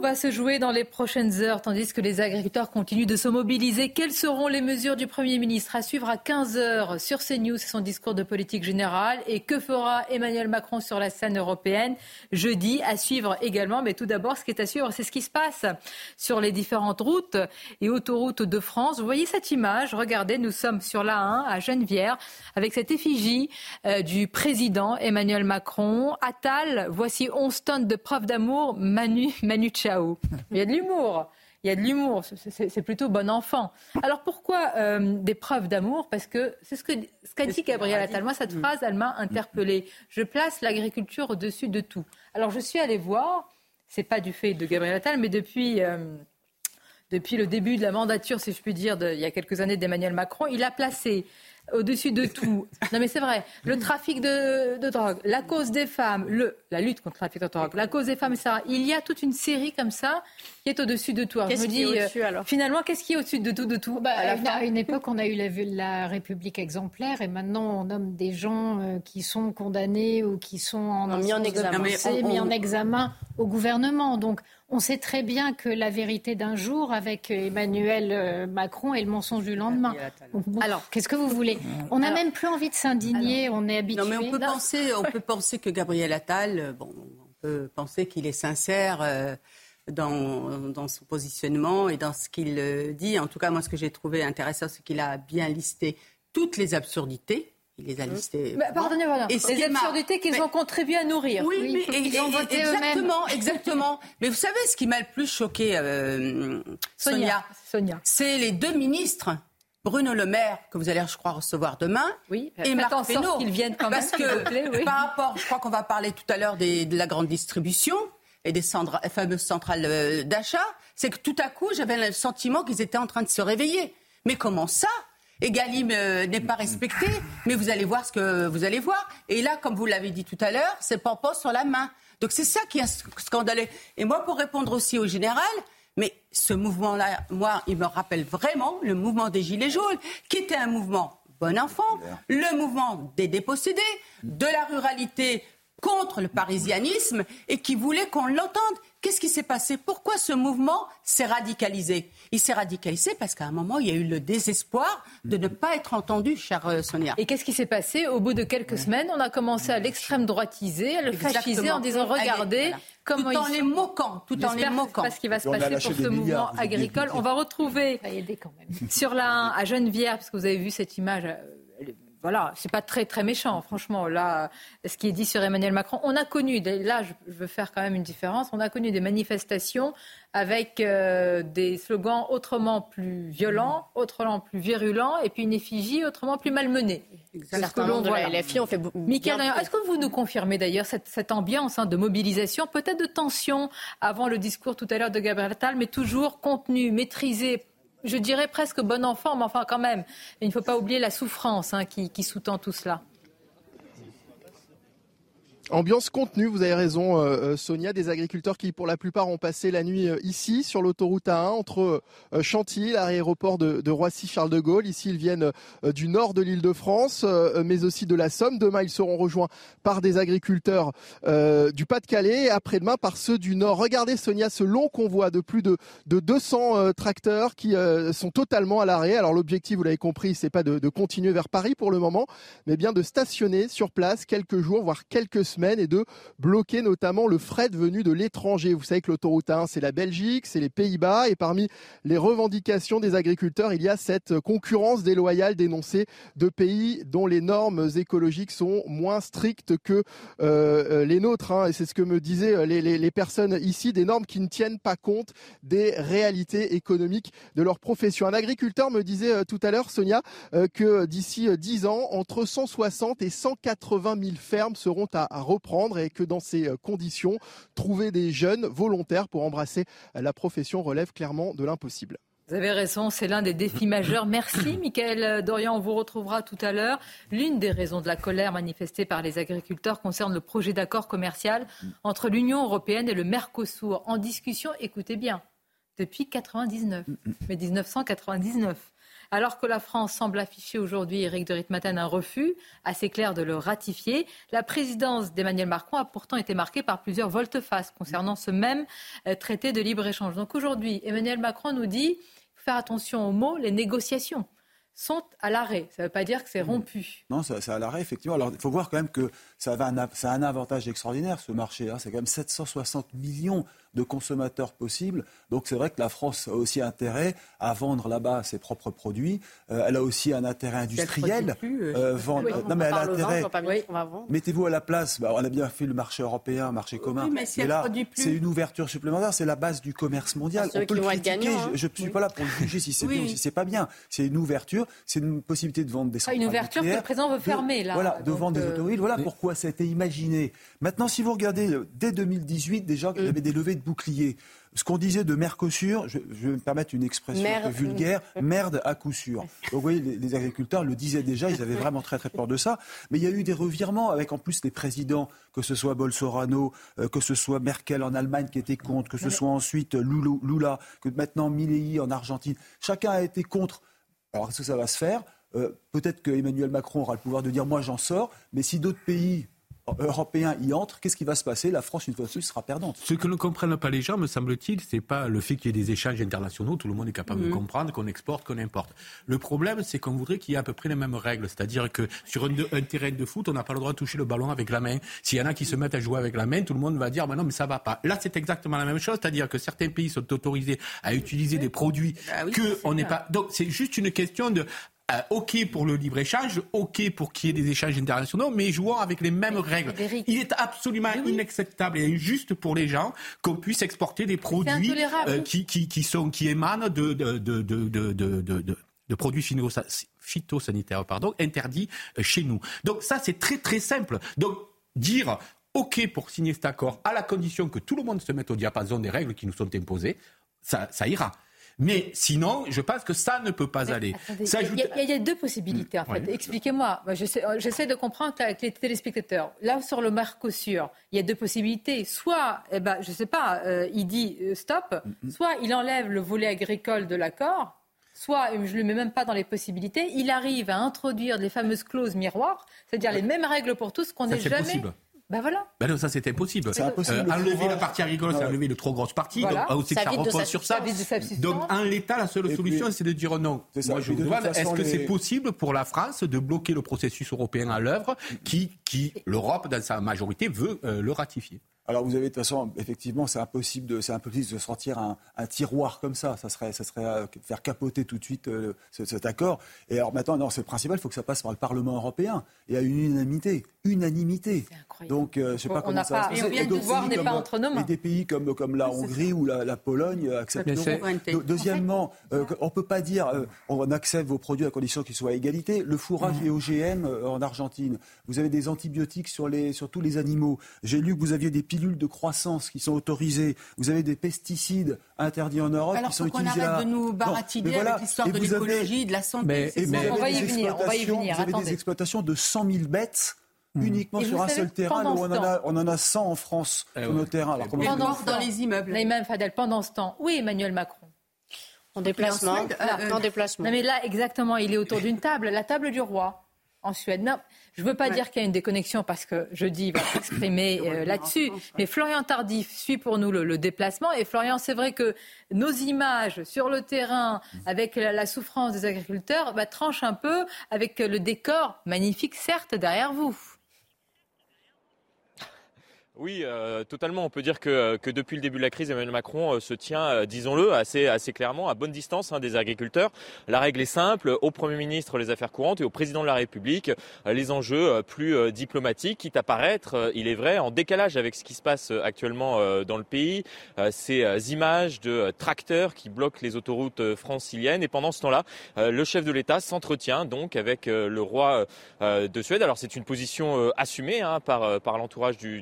S2: va se jouer dans les prochaines heures, tandis que les agriculteurs continuent de se mobiliser. Quelles seront les mesures du Premier ministre à suivre à quinze heures sur CNews, c'est son discours de politique générale. Et que fera Emmanuel Macron sur la scène européenne jeudi, à suivre également. Mais tout d'abord, ce qui est à suivre, c'est ce qui se passe sur les différentes routes et autoroutes de France. Vous voyez cette image, regardez, nous sommes sur l'A un à Geneviève avec cette effigie euh, du président Emmanuel Macron. Attal, voici onze tonnes de preuves d'amour. Manu, Manu Chao. Il y a de l'humour. Il y a de l'humour. C'est, c'est plutôt bon enfant. Alors pourquoi euh, des preuves d'amour ? Parce que c'est ce, que, ce qu'a dit Gabriel Attal. Moi, cette phrase, elle m'a interpellée. Je place l'agriculture au-dessus de tout. Alors je suis allée voir, c'est pas du fait de Gabriel Attal, mais depuis, euh, depuis le début de la mandature, si je puis dire, de, il y a quelques années d'Emmanuel Macron, il a placé au-dessus de tout. Non mais c'est vrai. Le trafic de, de drogue, la cause des femmes, le, la lutte contre le trafic de drogue, la cause des femmes, et cetera. Il y a toute une série comme ça qui est au-dessus de tout. Alors,
S8: qu'est-ce
S2: je me
S8: qui
S2: dis,
S8: est au-dessus, alors
S2: finalement, qu'est-ce qui est au-dessus de tout, de tout
S7: bah, à, la à une époque, on a eu la, la République exemplaire et maintenant on nomme des gens euh, qui sont condamnés ou qui sont en
S8: mis en examen,
S7: procès, on, on... mis en examen au gouvernement. Donc on sait très bien que la vérité d'un jour avec Emmanuel Macron est le mensonge du lendemain. Donc, bon, alors, qu'est-ce que vous voulez ? On n'a même plus envie de s'indigner, alors, on est habitué.
S9: Non, mais on peut, penser, on peut penser que Gabriel Attal, bon, on peut penser qu'il est sincère euh, dans, dans son positionnement et dans ce qu'il dit. En tout cas, moi, ce que j'ai trouvé intéressant, c'est qu'il a bien listé toutes les absurdités. Il les a listées.
S2: Bah, pardonnez-moi, les absurdités qu'ils mais, ont contribué à nourrir.
S9: Oui, oui, mais ils et, ont voté exactement, eux-mêmes. Exactement. Mais vous savez, ce qui m'a le plus choqué, euh, Sonia, Sonia, Sonia, c'est les deux ministres. Bruno Le Maire, que vous allez, je crois, recevoir demain,
S2: oui,
S9: et Marc Fesneau.
S2: Qu'ils viennent quand même,
S9: parce que, plaît, oui. par rapport, je crois qu'on va parler tout à l'heure des, de la grande distribution et des cendra, fameuses centrales d'achat, c'est que tout à coup, j'avais le sentiment qu'ils étaient en train de se réveiller. Mais comment ça ? Egalim euh, n'est pas respecté, mais vous allez voir ce que vous allez voir. Et là, comme vous l'avez dit tout à l'heure, c'est pampan sur la main. Donc c'est ça qui est scandaleux. Et moi, pour répondre aussi au général, mais ce mouvement-là, moi, il me rappelle vraiment le mouvement des Gilets jaunes, qui était un mouvement bon enfant, le mouvement des dépossédés, de la ruralité contre le parisianisme, et qui voulait qu'on l'entende. Qu'est-ce qui s'est passé ? Pourquoi ce mouvement s'est radicalisé ? Il s'est radicalisé parce qu'à un moment, il y a eu le désespoir de ne pas être entendu, chère Sonia.
S2: Et qu'est-ce qui s'est passé ? Au bout de quelques ouais. semaines, on a commencé à l'extrême droitiser, à le Exactement. fasciser en disant « Regardez Allez, voilà. comment
S9: tout en
S2: ils
S9: les moquant, tout en les moquant. »
S2: C'est ce qui va se passer pour ce mouvement agricole. On va retrouver
S7: quand même.
S2: sur la un à Geneviève, parce que vous avez vu cette image... Voilà, c'est pas très très méchant, franchement. Là, ce qui est dit sur Emmanuel Macron, on a connu, là je veux faire quand même une différence, on a connu des manifestations avec euh, des slogans autrement plus violents, autrement plus virulents, et puis une effigie autrement plus malmenée.
S8: Exactement. De la L F I, on fait beaucoup.
S2: Mickaël, est-ce que vous nous confirmez d'ailleurs cette, cette ambiance hein, de mobilisation, peut-être de tension avant le discours tout à l'heure de Gabriel Attal, mais toujours contenu, maîtrisé? Je dirais presque bon enfant, mais enfin quand même. Il ne faut pas oublier la souffrance hein, qui, qui sous-tend tout cela.
S16: Ambiance contenue, vous avez raison euh, Sonia, des agriculteurs qui pour la plupart ont passé la nuit euh, ici sur l'autoroute A un entre euh, Chantilly, l'aéroport de, de Roissy-Charles de Gaulle. Ici ils viennent euh, du nord de l'Île-de-France euh, mais aussi de la Somme. Demain ils seront rejoints par des agriculteurs euh, du Pas-de-Calais et après-demain par ceux du nord. Regardez Sonia, ce long convoi de plus de, de deux cents euh, tracteurs qui euh, sont totalement à l'arrêt. Alors l'objectif, vous l'avez compris, c'est pas de, de continuer vers Paris pour le moment, mais bien de stationner sur place quelques jours, voire quelques semaines et de bloquer notamment le fret venu de l'étranger. Vous savez que l'autoroute A un, c'est la Belgique, c'est les Pays-Bas et parmi les revendications des agriculteurs, il y a cette concurrence déloyale dénoncée de pays dont les normes écologiques sont moins strictes que euh, les nôtres. Hein. Et c'est ce que me disaient les, les, les personnes ici, des normes qui ne tiennent pas compte des réalités économiques de leur profession. Un agriculteur me disait euh, tout à l'heure, Sonia, euh, que d'ici euh, dix ans, entre cent soixante et cent quatre-vingt mille fermes seront à, à reprendre et que dans ces conditions, trouver des jeunes volontaires pour embrasser la profession relève clairement de l'impossible.
S2: Vous avez raison, c'est l'un des défis majeurs. Merci Mickaël Dorian, on vous retrouvera tout à l'heure. L'une des raisons de la colère manifestée par les agriculteurs concerne le projet d'accord commercial entre l'Union européenne et le Mercosur. En discussion, écoutez bien, depuis quatre-vingt-dix-neuf, mais dix-neuf cent quatre-vingt-dix-neuf. Alors que la France semble afficher aujourd'hui, Éric de Ritmaten, un refus assez clair de le ratifier, la présidence d'Emmanuel Macron a pourtant été marquée par plusieurs volte-face concernant ce même euh, traité de libre-échange. Donc aujourd'hui, Emmanuel Macron nous dit, il faut faire attention aux mots, les négociations sont à l'arrêt. Ça ne veut pas dire que c'est rompu.
S12: Non, c'est, c'est à l'arrêt, effectivement. Alors, il faut voir quand même que ça, avait un, ça a un avantage extraordinaire, ce marché. Hein. C'est quand même sept cent soixante millions de consommateurs possibles. Donc, c'est vrai que la France a aussi intérêt à vendre là-bas ses propres produits. Euh, elle a aussi un intérêt industriel.
S8: Plus, euh,
S12: euh, vendre...
S8: oui,
S12: non, mais elle a intérêt.
S8: Oui.
S12: Mettez-vous à la place. Bah, on a bien fait le marché européen, marché commun.
S9: Oui, mais si
S12: mais là,
S9: plus...
S12: c'est une ouverture supplémentaire. C'est la base du commerce mondial.
S8: On peut le critiquer. Gagnants, hein.
S12: Je ne suis oui. pas là pour le juger si c'est
S9: oui.
S12: bien ou si c'est pas bien. C'est une ouverture. C'est une possibilité de vendre des centrales
S2: nucléaires. Une ouverture que le président veut fermer, là.
S12: Voilà, de
S2: donc,
S12: vendre
S2: euh...
S12: des automobiles. Voilà mais... pourquoi ça a été imaginé. Maintenant, si vous regardez, dès deux mille dix-huit, déjà, il y avait des levées de boucliers. Ce qu'on disait de Mercosur, je, je vais me permettre une expression merde. vulgaire, merde à coup sûr. Donc vous voyez, les, les agriculteurs le disaient déjà, ils avaient vraiment très très peur de ça. Mais il y a eu des revirements avec en plus les présidents, que ce soit Bolsonaro, euh, que ce soit Merkel en Allemagne qui était contre, que ce soit ensuite Lula, que maintenant Milei en Argentine. Chacun a été contre. Alors est-ce que ça va se faire ? euh, Peut-être que Emmanuel Macron aura le pouvoir de dire moi j'en sors, mais si d'autres pays européens y entrent, qu'est-ce qui va se passer ? La France, une fois de plus, sera perdante.
S11: Ce que ne comprennent pas les gens, me semble-t-il, c'est pas le fait qu'il y ait des échanges internationaux, tout le monde est capable mmh. de comprendre qu'on exporte, qu'on importe. Le problème, c'est qu'on voudrait qu'il y ait à peu près les mêmes règles, c'est-à-dire que sur un, un terrain de foot, on n'a pas le droit de toucher le ballon avec la main. S'il y en a qui se mettent à jouer avec la main, tout le monde va dire bah non, mais ça va pas. Là, c'est exactement la même chose, c'est-à-dire que certains pays sont autorisés à utiliser des produits ah oui, que on n'est pas. Donc, c'est juste une question de Euh, OK pour le libre-échange, OK pour qu'il y ait des échanges internationaux, mais jouons avec les mêmes mais, règles. Frédéric. Il est absolument oui. inacceptable et injuste pour les gens qu'on puisse exporter des produits euh, qui, qui, qui, sont, qui émanent de, de, de, de, de, de, de, de produits phytosanitaires pardon, interdits chez nous. Donc ça, c'est très très simple. Donc dire OK pour signer cet accord à la condition que tout le monde se mette au diapason des règles qui nous sont imposées, ça, ça ira. Mais sinon, je pense que ça ne peut pas mais, aller.
S2: Attendez, ça ajoute... il, y a, il y a deux possibilités, en fait. Oui. Expliquez-moi. J'essaie, j'essaie de comprendre avec les téléspectateurs. Là, sur le Mercosur, il y a deux possibilités. Soit, eh ben, je ne sais pas, euh, il dit euh, stop, mm-hmm. soit il enlève le volet agricole de l'accord, soit, je ne le mets même pas dans les possibilités, il arrive à introduire les fameuses clauses miroirs, c'est-à-dire les mêmes règles pour tous qu'on n'ait jamais...
S11: Possible.
S2: Ben voilà.
S11: Ben non, ça c'est impossible.
S12: C'est impossible.
S11: Euh, enlever la partie agricole, ouais. c'est enlever de trop grosses parties. Voilà. Donc, c'est que ça repose sur ça. Donc, en l'état, la seule Et solution, puis, c'est de dire non.
S12: Ça.
S11: Moi, je vous demande, est-ce que
S12: les...
S11: c'est possible pour la France de bloquer le processus européen à l'œuvre, qui, qui l'Europe, dans sa majorité, veut euh, le ratifier?
S12: Alors vous avez de toute façon, effectivement, c'est impossible de, c'est impossible de sortir un, un tiroir comme ça. Ça serait, ça serait euh, faire capoter tout de suite euh, cet, cet accord. Et alors maintenant, non, c'est le principal. Il faut que ça passe par le Parlement européen et à une unanimité, unanimité.
S2: C'est incroyable.
S12: Donc, euh, je sais pas
S2: on
S12: comment ça.
S2: Pas, et on vient de voir n'est pas entre nos mains.
S12: Et des pays comme comme la Hongrie ou la, la Pologne acceptent. De, deuxièmement, euh, on peut pas dire euh, on accepte vos produits à condition qu'ils soient à égalité. Le fourrage mmh. est O G M euh, en Argentine. Vous avez des antibiotiques sur les sur tous les animaux. J'ai lu que vous aviez des pilules de croissance qui sont autorisés. Vous avez des pesticides interdits en Europe
S9: Alors,
S12: qui sont utilisés.
S9: Alors, on arrête de nous baratiner voilà. avec l'histoire de l'écologie, avez... de la santé.
S12: Mais,
S9: c'est
S12: mais
S2: on va y venir. On va y venir.
S12: Vous avez
S2: Attendez.
S12: des exploitations de cent mille bêtes. Mmh. Uniquement
S2: et
S12: sur un
S2: savez,
S12: seul terrain, où on en, a, on en a cent en France
S11: eh
S12: sur
S11: ouais.
S12: nos terrains. Alors, comment
S2: pendant
S9: ce dans les immeubles.
S2: Naïma Fadel, pendant ce temps, oui, Emmanuel Macron.
S8: En déplacement. En, Suède, euh, en déplacement.
S2: Non, mais là, exactement, il est autour d'une table, la table du roi. En Suède. Non, je ne veux pas ouais. dire qu'il y a une déconnexion parce que jeudi, il va s'exprimer euh, là-dessus. Mais Florian Tardif suit pour nous le, le déplacement. Et Florian, c'est vrai que nos images sur le terrain avec la, la souffrance des agriculteurs bah, tranchent un peu avec le décor magnifique, certes, derrière vous.
S17: Oui, euh, totalement. On peut dire que, que depuis le début de la crise, Emmanuel Macron euh, se tient, euh, disons-le, assez, assez clairement à bonne distance hein, des agriculteurs. La règle est simple, au Premier ministre les affaires courantes et au Président de la République euh, les enjeux euh, plus euh, diplomatiques, quitte à paraître, euh, il est vrai, en décalage avec ce qui se passe euh, actuellement euh, dans le pays. Euh, ces euh, images de euh, tracteurs qui bloquent les autoroutes euh, franciliennes. Et pendant ce temps-là, euh, le chef de l'État s'entretient donc avec euh, le roi euh, de Suède. Alors c'est une position euh, assumée hein, par, euh, par l'entourage du, du chef de l'État.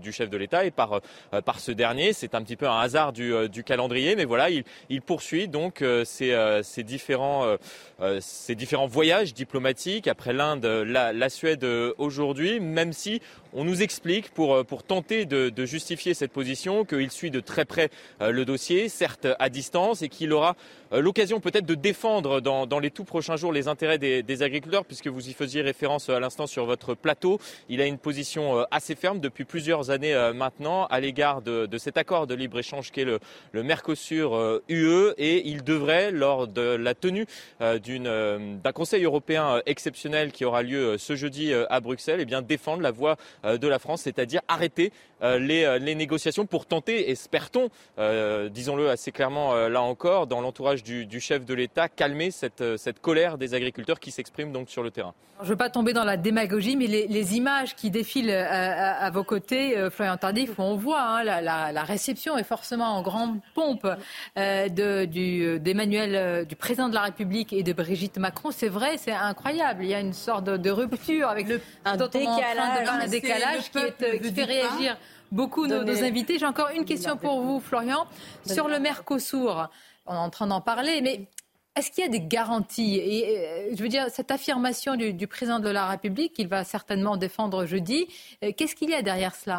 S17: l'État et par, euh, par ce dernier. C'est un petit peu un hasard du, euh, du calendrier, mais voilà, il, il poursuit donc euh, ces, euh, ces, différents, euh, euh, ces différents voyages diplomatiques après l'Inde, la, la Suède euh, aujourd'hui, même si on nous explique, pour, pour tenter de, de justifier cette position, qu'il suit de très près euh, le dossier, certes à distance, et qu'il aura euh, l'occasion peut-être de défendre dans, dans les tout prochains jours les intérêts des, des agriculteurs, puisque vous y faisiez référence à l'instant sur votre plateau. Il a une position euh, assez ferme depuis plusieurs années euh, maintenant à l'égard de, de cet accord de libre-échange qu'est le, le Mercosur euh, U E, et il devrait, lors de la tenue euh, d'une, euh, d'un Conseil européen exceptionnel qui aura lieu ce jeudi euh, à Bruxelles, eh bien, défendre la voix de la France, c'est-à-dire arrêter euh, les, euh, les négociations pour tenter, espère-t-on, euh, disons-le assez clairement euh, là encore, dans l'entourage du, du chef de l'État, calmer cette, euh, cette colère des agriculteurs qui s'expriment donc sur le terrain.
S2: Je ne veux pas tomber dans la démagogie, mais les, les images qui défilent à, à, à vos côtés, euh, Florian Tardif, où on voit hein, la, la, la réception est forcément en grande pompe euh, de, du, d'Emmanuel, euh, du président de la République et de Brigitte Macron. C'est vrai, c'est incroyable. Il y a une sorte de, de rupture avec le
S8: un décalage,
S2: un décalage qui, est, qui fait réagir beaucoup nos, nos invités. J'ai encore une question pour vous, Florian, sur le Mercosur. On est en train d'en parler, mais est-ce qu'il y a des garanties ? Et je veux dire, cette affirmation du, du président de la République, qu'il va certainement défendre jeudi, qu'est-ce qu'il y a derrière cela ?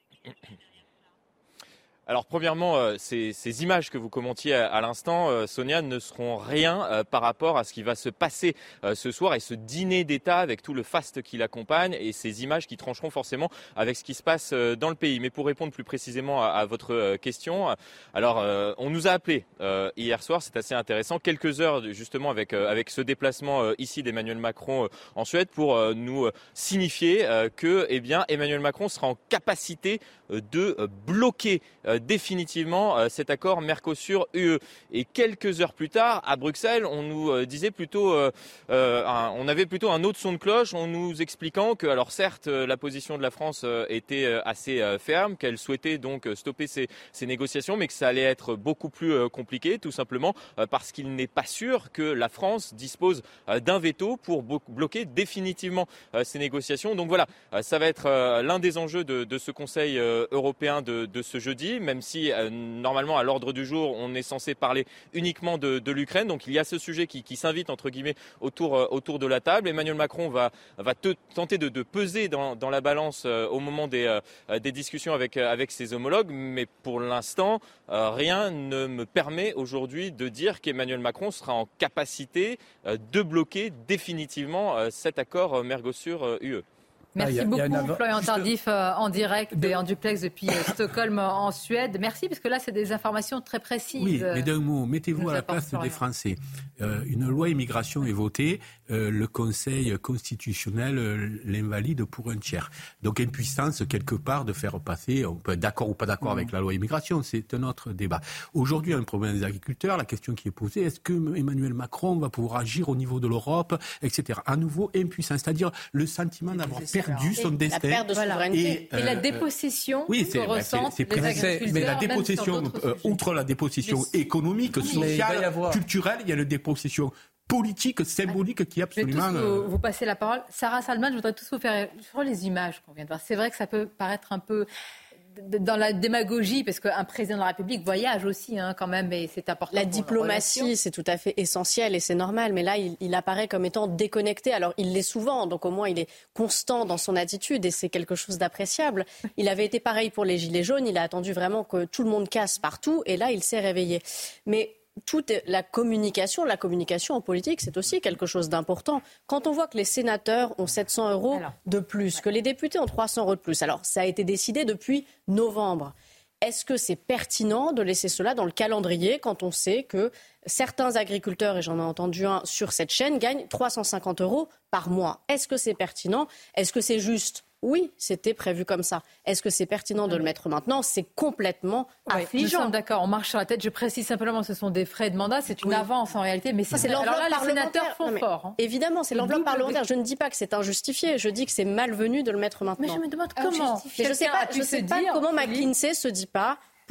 S17: Alors premièrement, euh, ces, ces images que vous commentiez à, à l'instant, euh, Sonia, ne seront rien euh, par rapport à ce qui va se passer euh, ce soir et ce dîner d'État avec tout le faste qui l'accompagne et ces images qui trancheront forcément avec ce qui se passe euh, dans le pays. Mais pour répondre plus précisément à, à votre euh, question, alors euh, on nous a appelé euh, hier soir, c'est assez intéressant, quelques heures justement avec, euh, avec ce déplacement euh, ici d'Emmanuel Macron euh, en Suède pour euh, nous euh, signifier euh, que eh bien, Emmanuel Macron sera en capacité euh, de euh, bloquer euh, définitivement euh, cet accord Mercosur-U E. Et quelques heures plus tard, à Bruxelles, on nous euh, disait plutôt, euh, euh, un, on avait plutôt un autre son de cloche, en nous expliquant que, alors certes, euh, la position de la France euh, était euh, assez euh, ferme, qu'elle souhaitait donc stopper ces, ces négociations, mais que ça allait être beaucoup plus euh, compliqué, tout simplement euh, parce qu'il n'est pas sûr que la France dispose euh, d'un veto pour bo- bloquer définitivement euh, ces négociations. Donc voilà, euh, ça va être euh, l'un des enjeux de, de ce Conseil euh, européen de, de ce jeudi, même si euh, normalement à l'ordre du jour on est censé parler uniquement de, de l'Ukraine. Donc il y a ce sujet qui, qui s'invite entre guillemets autour, euh, autour de la table. Emmanuel Macron va, va te, tenter de, de peser dans, dans la balance euh, au moment des, euh, des discussions avec, euh, avec ses homologues, mais pour l'instant euh, rien ne me permet aujourd'hui de dire qu'Emmanuel Macron sera en capacité euh, de bloquer définitivement euh, cet accord euh, Mercosur-U E.
S2: Merci ah, y a, beaucoup, y a Florian Juste... Tardif, euh, en direct de... et en duplex depuis euh, Stockholm, en Suède. Merci, parce que là, c'est des informations très précises.
S11: Oui, mais d'un mot, mettez-vous à la place Florian. des Français. Euh, une loi immigration est votée, euh, le Conseil constitutionnel euh, l'invalide pour un tiers. Donc, impuissance, quelque part, de faire passer, on peut être d'accord ou pas d'accord mmh. avec la loi immigration, c'est un autre débat. Aujourd'hui, il y a un problème des agriculteurs. La question qui est posée, est-ce que Emmanuel Macron va pouvoir agir au niveau de l'Europe, et cetera. À nouveau, impuissance, c'est-à-dire le sentiment d'avoir perdu perdu son destin.
S8: La perte de souveraineté.
S2: Et, euh, et la dépossession
S11: oui, c'est,
S2: que
S11: bah,
S2: ressentent
S11: c'est, c'est
S2: les agriculteurs.
S11: Mais la dépossession, euh, outre la dépossession mais, économique, oui, sociale, avoir... culturelle, il y a une dépossession politique, symbolique qui est absolument...
S2: Tous, vous, vous passez la parole. Sarah Salman, je voudrais tous vous faire sur les images qu'on vient de voir. C'est vrai que ça peut paraître un peu... dans la démagogie, parce qu'un président de la République voyage aussi, hein, quand même, et c'est important.
S8: La diplomatie, c'est tout à fait essentiel et c'est normal, mais là, il, il apparaît comme étant déconnecté. Alors, il l'est souvent, donc au moins, il est constant dans son attitude et c'est quelque chose d'appréciable. Il avait été pareil pour les Gilets jaunes, il a attendu vraiment que tout le monde casse partout et là, il s'est réveillé. Mais toute la communication, la communication en politique, c'est aussi quelque chose d'important. Quand on voit que les sénateurs ont sept cents euros alors, de plus, ouais. que les députés ont trois cents euros de plus, alors ça a été décidé depuis novembre. Est-ce que c'est pertinent de laisser cela dans le calendrier quand on sait que certains agriculteurs, et j'en ai entendu un sur cette chaîne, gagnent trois cent cinquante euros par mois? Est-ce que c'est pertinent? Est-ce que c'est juste? Oui, c'était prévu comme ça. Est-ce que c'est pertinent de le mettre maintenant? C'est complètement
S2: ouais,
S8: affligeant.
S2: Nous sommes d'accord, on marche sur la tête. Je précise simplement, ce sont des frais de mandat, c'est une oui. avance en réalité. Mais
S8: ça, c'est l'enveloppe
S2: alors là,
S8: parlementaire.
S2: Les sénateurs font
S8: non,
S2: fort. Hein.
S8: Évidemment, c'est l'enveloppe parlementaire. Je ne dis pas que c'est injustifié, je dis que c'est malvenu de le mettre maintenant.
S2: Mais je me demande comment.
S8: Mais je ne sais pas, je sais pas comment McKinsey se dit pas...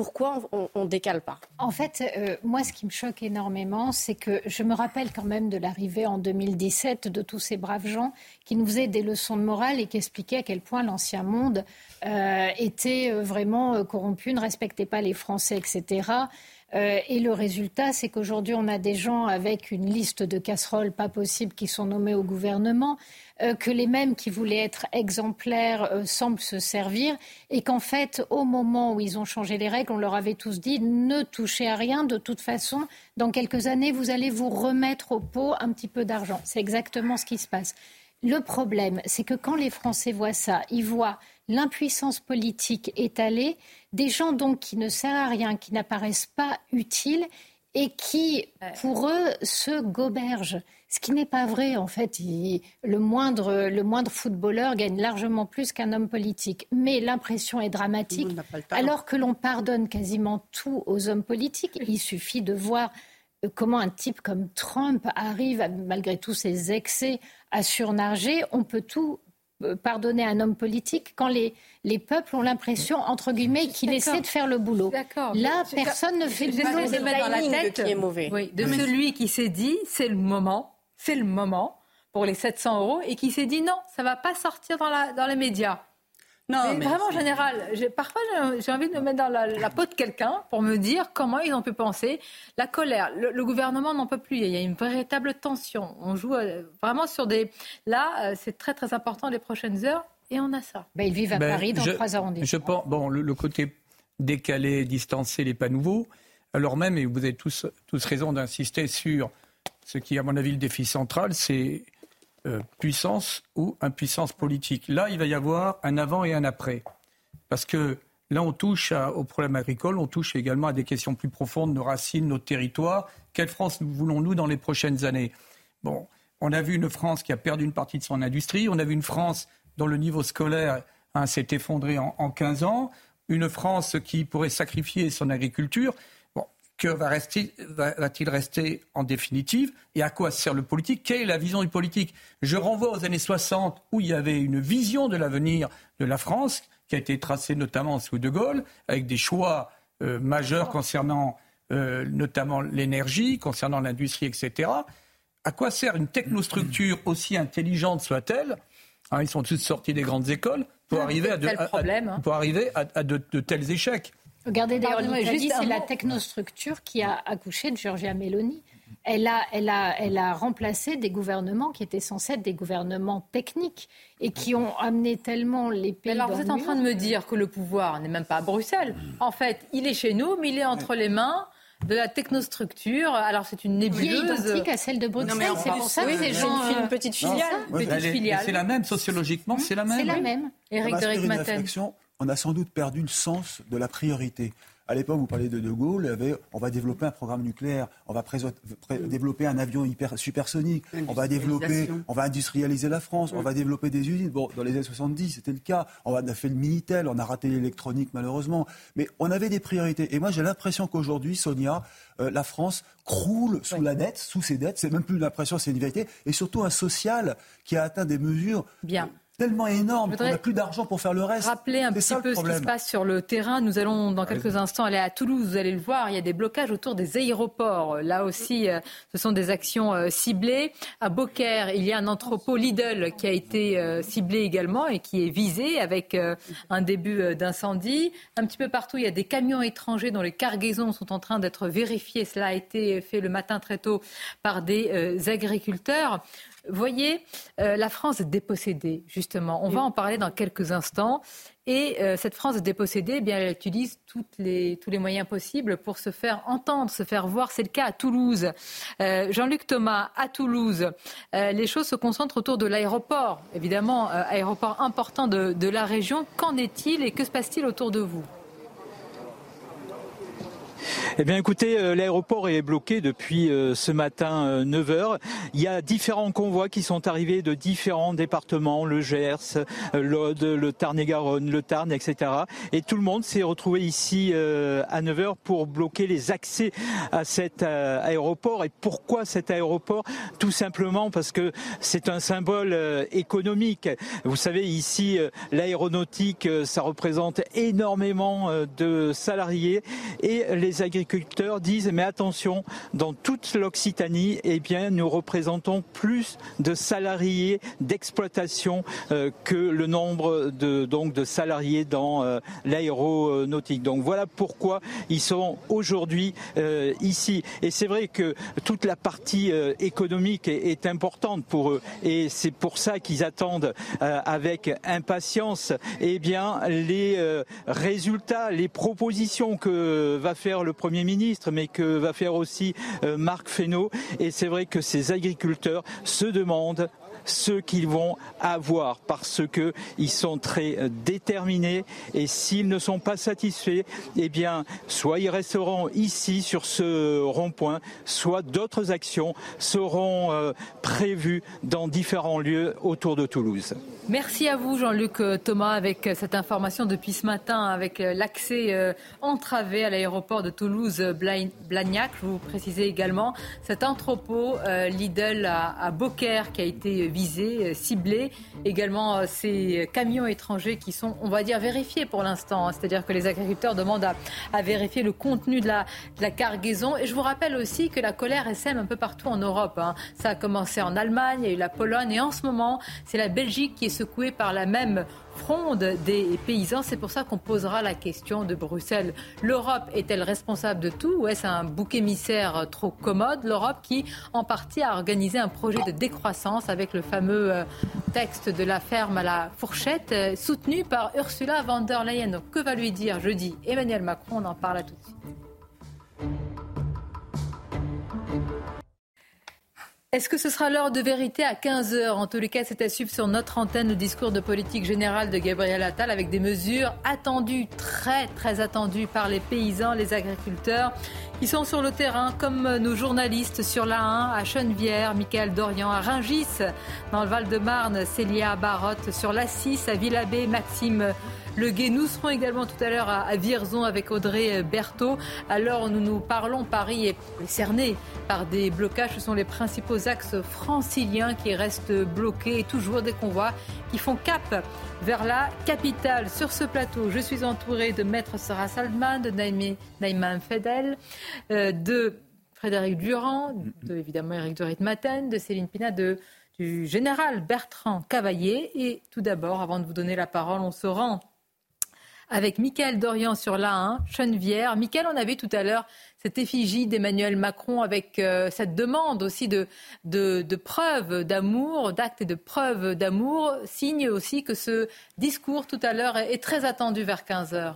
S8: Pourquoi on ne décale pas ?
S7: En fait, euh, moi, ce qui me choque énormément, c'est que je me rappelle quand même de l'arrivée en deux mille dix-sept de tous ces braves gens qui nous faisaient des leçons de morale et qui expliquaient à quel point l'ancien monde euh, était vraiment corrompu, ne respectait pas les Français, et cetera. Euh, et le résultat, c'est qu'aujourd'hui, on a des gens avec une liste de casseroles pas possibles qui sont nommés au gouvernement, euh, que les mêmes qui voulaient être exemplaires euh, semblent se servir, et qu'en fait, au moment où ils ont changé les règles, on leur avait tous dit ne touchez à rien, de toute façon, dans quelques années, vous allez vous remettre au pot un petit peu d'argent. C'est exactement ce qui se passe. Le problème, c'est que quand les Français voient ça, ils voient l'impuissance politique étalée, des gens donc qui ne servent à rien, qui n'apparaissent pas utiles et qui, pour eux, se gobergent. Ce qui n'est pas vrai, en fait. Il, le, moindre, le moindre footballeur gagne largement plus qu'un homme politique. Mais l'impression est dramatique. Alors que l'on pardonne quasiment tout aux hommes politiques, il suffit de voir comment un type comme Trump arrive, malgré tous ses excès, à surnager. On peut tout pardonner à un homme politique quand les, les peuples ont l'impression, entre guillemets, qu'il D'accord. essaie de faire le boulot.
S2: D'accord.
S7: Là, c'est personne ne fait le boulot.
S2: J'essaie de mettre dans la tête
S8: qui est mauvais.
S2: Oui, de celui qui s'est dit, c'est le moment, c'est le moment pour les sept cents euros, et qui s'est dit, non, ça ne va pas sortir dans, la, dans les médias. Non, mais mais vraiment, en général, j'ai, parfois j'ai, j'ai envie de me mettre dans la, la peau de quelqu'un pour me dire comment ils ont pu penser. La colère, le, le gouvernement n'en peut plus. Il y a une véritable tension. On joue euh, vraiment sur des... Là, euh, c'est très très important les prochaines heures et on a ça.
S7: Ben, ils vivent à ben, Paris dans
S3: je,
S7: trois arrondissements.
S3: Je pense, bon, le, le côté décalé, distancé n'est pas nouveau. Alors même, et vous avez tous, tous raison d'insister sur ce qui est à mon avis le défi central, c'est... Euh, puissance ou impuissance politique. Là, il va y avoir un avant et un après. Parce que là, on touche à, aux problèmes agricoles, on touche également à des questions plus profondes, nos racines, nos territoires. Quelle France voulons-nous dans les prochaines années ? Bon, on a vu une France qui a perdu une partie de son industrie, on a vu une France dont le niveau scolaire hein, s'est effondré en, en quinze ans, une France qui pourrait sacrifier son agriculture. Que va rester, va, va-t-il rester en définitive ? Et à quoi sert le politique ? Quelle est la vision du politique ? Je renvoie aux années soixante où il y avait une vision de l'avenir de la France qui a été tracée notamment sous De Gaulle avec des choix euh, majeurs concernant euh, notamment l'énergie, concernant l'industrie, et cetera. À quoi sert une technostructure aussi intelligente soit-elle ? Hein, ils sont tous sortis des grandes écoles pour arriver à de, à, à, pour arriver à, à de, de tels échecs.
S7: Regardez d'ailleurs l'Italie, c'est la technostructure qui a accouché de Giorgia Meloni. Elle a, elle, a, elle a remplacé des gouvernements qui étaient censés être des gouvernements techniques et qui ont amené tellement les pays.
S2: Mais alors vous êtes en train de me dire que le pouvoir n'est même pas à Bruxelles. En fait, il est chez nous, mais il est entre les mains de la technostructure. Alors c'est une nébuleuse.
S7: Qui est identique à celle de Bruxelles. Non,
S2: c'est pour ça que ces gens
S8: une petite filiale.
S3: Non, petite
S2: petite filiale.
S3: C'est la même sociologiquement, c'est la même.
S7: C'est la même.
S12: Éric de Ritmaten. On a sans doute perdu le sens de la priorité. À l'époque, vous parlez de De Gaulle, avait, on va développer un programme nucléaire, on va pré- pré- développer un avion hyper, supersonique, on va développer, on va industrialiser la France, on va développer des usines. Bon, dans les années soixante-dix, c'était le cas. On a fait le Minitel, on a raté l'électronique malheureusement. Mais on avait des priorités. Et moi, j'ai l'impression qu'aujourd'hui, Sonia, euh, la France croule sous ouais. la dette, sous ses dettes. C'est même plus l'impression, c'est une vérité. Et surtout un social qui a atteint des mesures.
S2: Bien.
S12: Euh, tellement énorme qu'on n'a plus d'argent pour faire le reste.
S2: Rappeler un
S12: c'est
S2: petit peu ce qui se passe sur le terrain. Nous allons dans quelques instants aller à Toulouse. Vous allez le voir, il y a des blocages autour des aéroports. Là aussi, ce sont des actions ciblées. À Beaucaire, il y a un entrepôt Lidl qui a été ciblé également et qui est visé avec un début d'incendie. Un petit peu partout, il y a des camions étrangers dont les cargaisons sont en train d'être vérifiées. Cela a été fait le matin très tôt par des agriculteurs. Voyez, euh, la France dépossédée, justement. On va en parler dans quelques instants. Et euh, cette France dépossédée, eh bien, elle utilise toutes les, tous les moyens possibles pour se faire entendre, se faire voir. C'est le cas à Toulouse. Euh, Jean-Luc Thomas, à Toulouse, euh, les choses se concentrent autour de l'aéroport. Évidemment, euh, aéroport important de, de la région. Qu'en est-il et que se passe-t-il autour de vous ?
S18: Eh bien écoutez, euh, l'aéroport est bloqué depuis euh, ce matin euh, neuf heures. Il y a différents convois qui sont arrivés de différents départements, le Gers, euh, l'Aude, le Tarn-et-Garonne, le Tarn, et cetera. Et tout le monde s'est retrouvé ici euh, à neuf heures pour bloquer les accès à cet euh, aéroport. Et pourquoi cet aéroport ? Tout simplement parce que c'est un symbole euh, économique. Vous savez, ici, euh, l'aéronautique, euh, ça représente énormément euh, de salariés. Et les agriculteurs disent mais attention, dans toute l'Occitanie, eh bien nous représentons plus de salariés d'exploitation euh, que le nombre de donc de salariés dans euh, l'aéronautique. Donc voilà pourquoi ils sont aujourd'hui euh, ici. Et c'est vrai que toute la partie euh, économique est, est importante pour eux et c'est pour ça qu'ils attendent euh, avec impatience eh bien les euh, résultats, les propositions que va faire le Premier ministre, mais que va faire aussi euh, Marc Fesneau. Et c'est vrai que ces agriculteurs se demandent ce qu'ils vont avoir parce que ils sont très déterminés et s'ils ne sont pas satisfaits, eh bien, soit ils resteront ici sur ce rond-point, soit d'autres actions seront euh, prévues dans différents lieux autour de Toulouse.
S2: Merci à vous Jean-Luc Thomas avec cette information depuis ce matin avec l'accès entravé à l'aéroport de Toulouse-Blagnac. Je vous précisais également cet entrepôt euh, Lidl à, à Beaucaire qui a été visé, ciblé. Également ces camions étrangers qui sont, on va dire, vérifiés pour l'instant. Hein. C'est-à-dire que les agriculteurs demandent à, à vérifier le contenu de la, de la cargaison. Et je vous rappelle aussi que la colère sème un peu partout en Europe. Hein. Ça a commencé en Allemagne, il y a eu la Pologne et en ce moment, c'est la Belgique qui est secouée par la même fronde des paysans. C'est pour ça qu'on posera la question de Bruxelles. L'Europe est-elle responsable de tout ou est-ce un bouc émissaire trop commode ? L'Europe qui, en partie, a organisé un projet de décroissance avec le fameux texte de la ferme à la fourchette, soutenu par Ursula von der Leyen. Donc, que va lui dire jeudi Emmanuel Macron ? On en parle à tout de suite. Est-ce que ce sera l'heure de vérité à quinze heures ? En tous les cas, c'est à suivre sur notre antenne le discours de politique générale de Gabriel Attal avec des mesures attendues, très très attendues par les paysans, les agriculteurs qui sont sur le terrain comme nos journalistes sur l'A un à Chenevière, Michael Dorian à Rungis, dans le Val-de-Marne, Célia Barotte sur l'A six à Villabé, Maxime Leguet. Nous serons également tout à l'heure à Vierzon avec Audrey Berthaud. Alors nous nous parlons, Paris est cerné par des blocages. Ce sont les principaux axes franciliens qui restent bloqués et toujours des convois qui font cap vers la capitale. Sur ce plateau, je suis entourée de Maître Sarah Saldman, de Naïma Mfadel, euh, de Frédéric Durand, de évidemment Éric de Ritmaten, de Céline Pina, de, du général Bertrand Cavaillé. Et tout d'abord, avant de vous donner la parole, on se rend avec Michael Dorian sur l'A un, Chenevière. Michael, on avait tout à l'heure cette effigie d'Emmanuel Macron avec euh, cette demande aussi de, de, de preuves d'amour, d'actes et de preuves d'amour, signe aussi que ce discours tout à l'heure est très attendu vers quinze heures.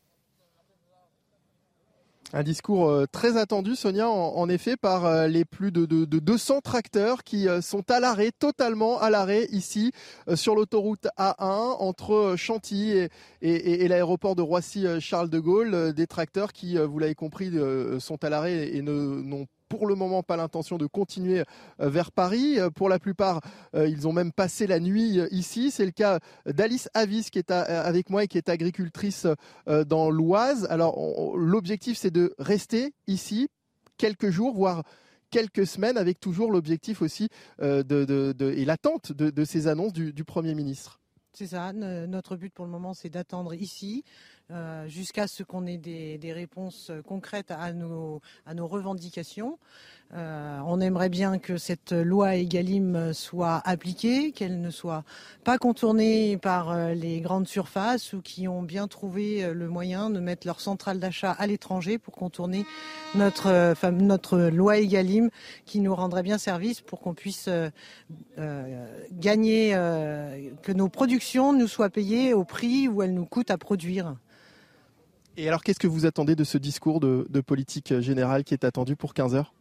S16: Un discours très attendu, Sonia, en, en effet, par les plus de, de, de deux cents tracteurs qui sont à l'arrêt, totalement à l'arrêt ici, sur l'autoroute A un, entre Chantilly et, et, et l'aéroport de Roissy-Charles de Gaulle. Des tracteurs qui, vous l'avez compris, sont à l'arrêt et ne, n'ont pour le moment pas l'intention de continuer vers Paris. Pour la plupart, ils ont même passé la nuit ici. C'est le cas d'Alice Avis qui est avec moi et qui est agricultrice dans l'Oise. Alors on, l'objectif c'est de rester ici quelques jours, voire quelques semaines, avec toujours l'objectif aussi de, de, de, et l'attente de, de ces annonces du, du Premier ministre.
S19: C'est ça, notre but pour le moment c'est d'attendre ici euh, jusqu'à ce qu'on ait des, des réponses concrètes à nos, à nos revendications. Euh, on aimerait bien que cette loi Egalim soit appliquée, qu'elle ne soit pas contournée par les grandes surfaces ou qui ont bien trouvé le moyen de mettre leur centrale d'achat à l'étranger pour contourner notre, enfin, notre loi Egalim qui nous rendrait bien service pour qu'on puisse euh, euh, gagner, euh, que nos productions nous soient payées au prix où elles nous coûtent à produire.
S16: Et alors qu'est-ce que vous attendez de ce discours de, de politique générale qui est attendu pour quinze heures ?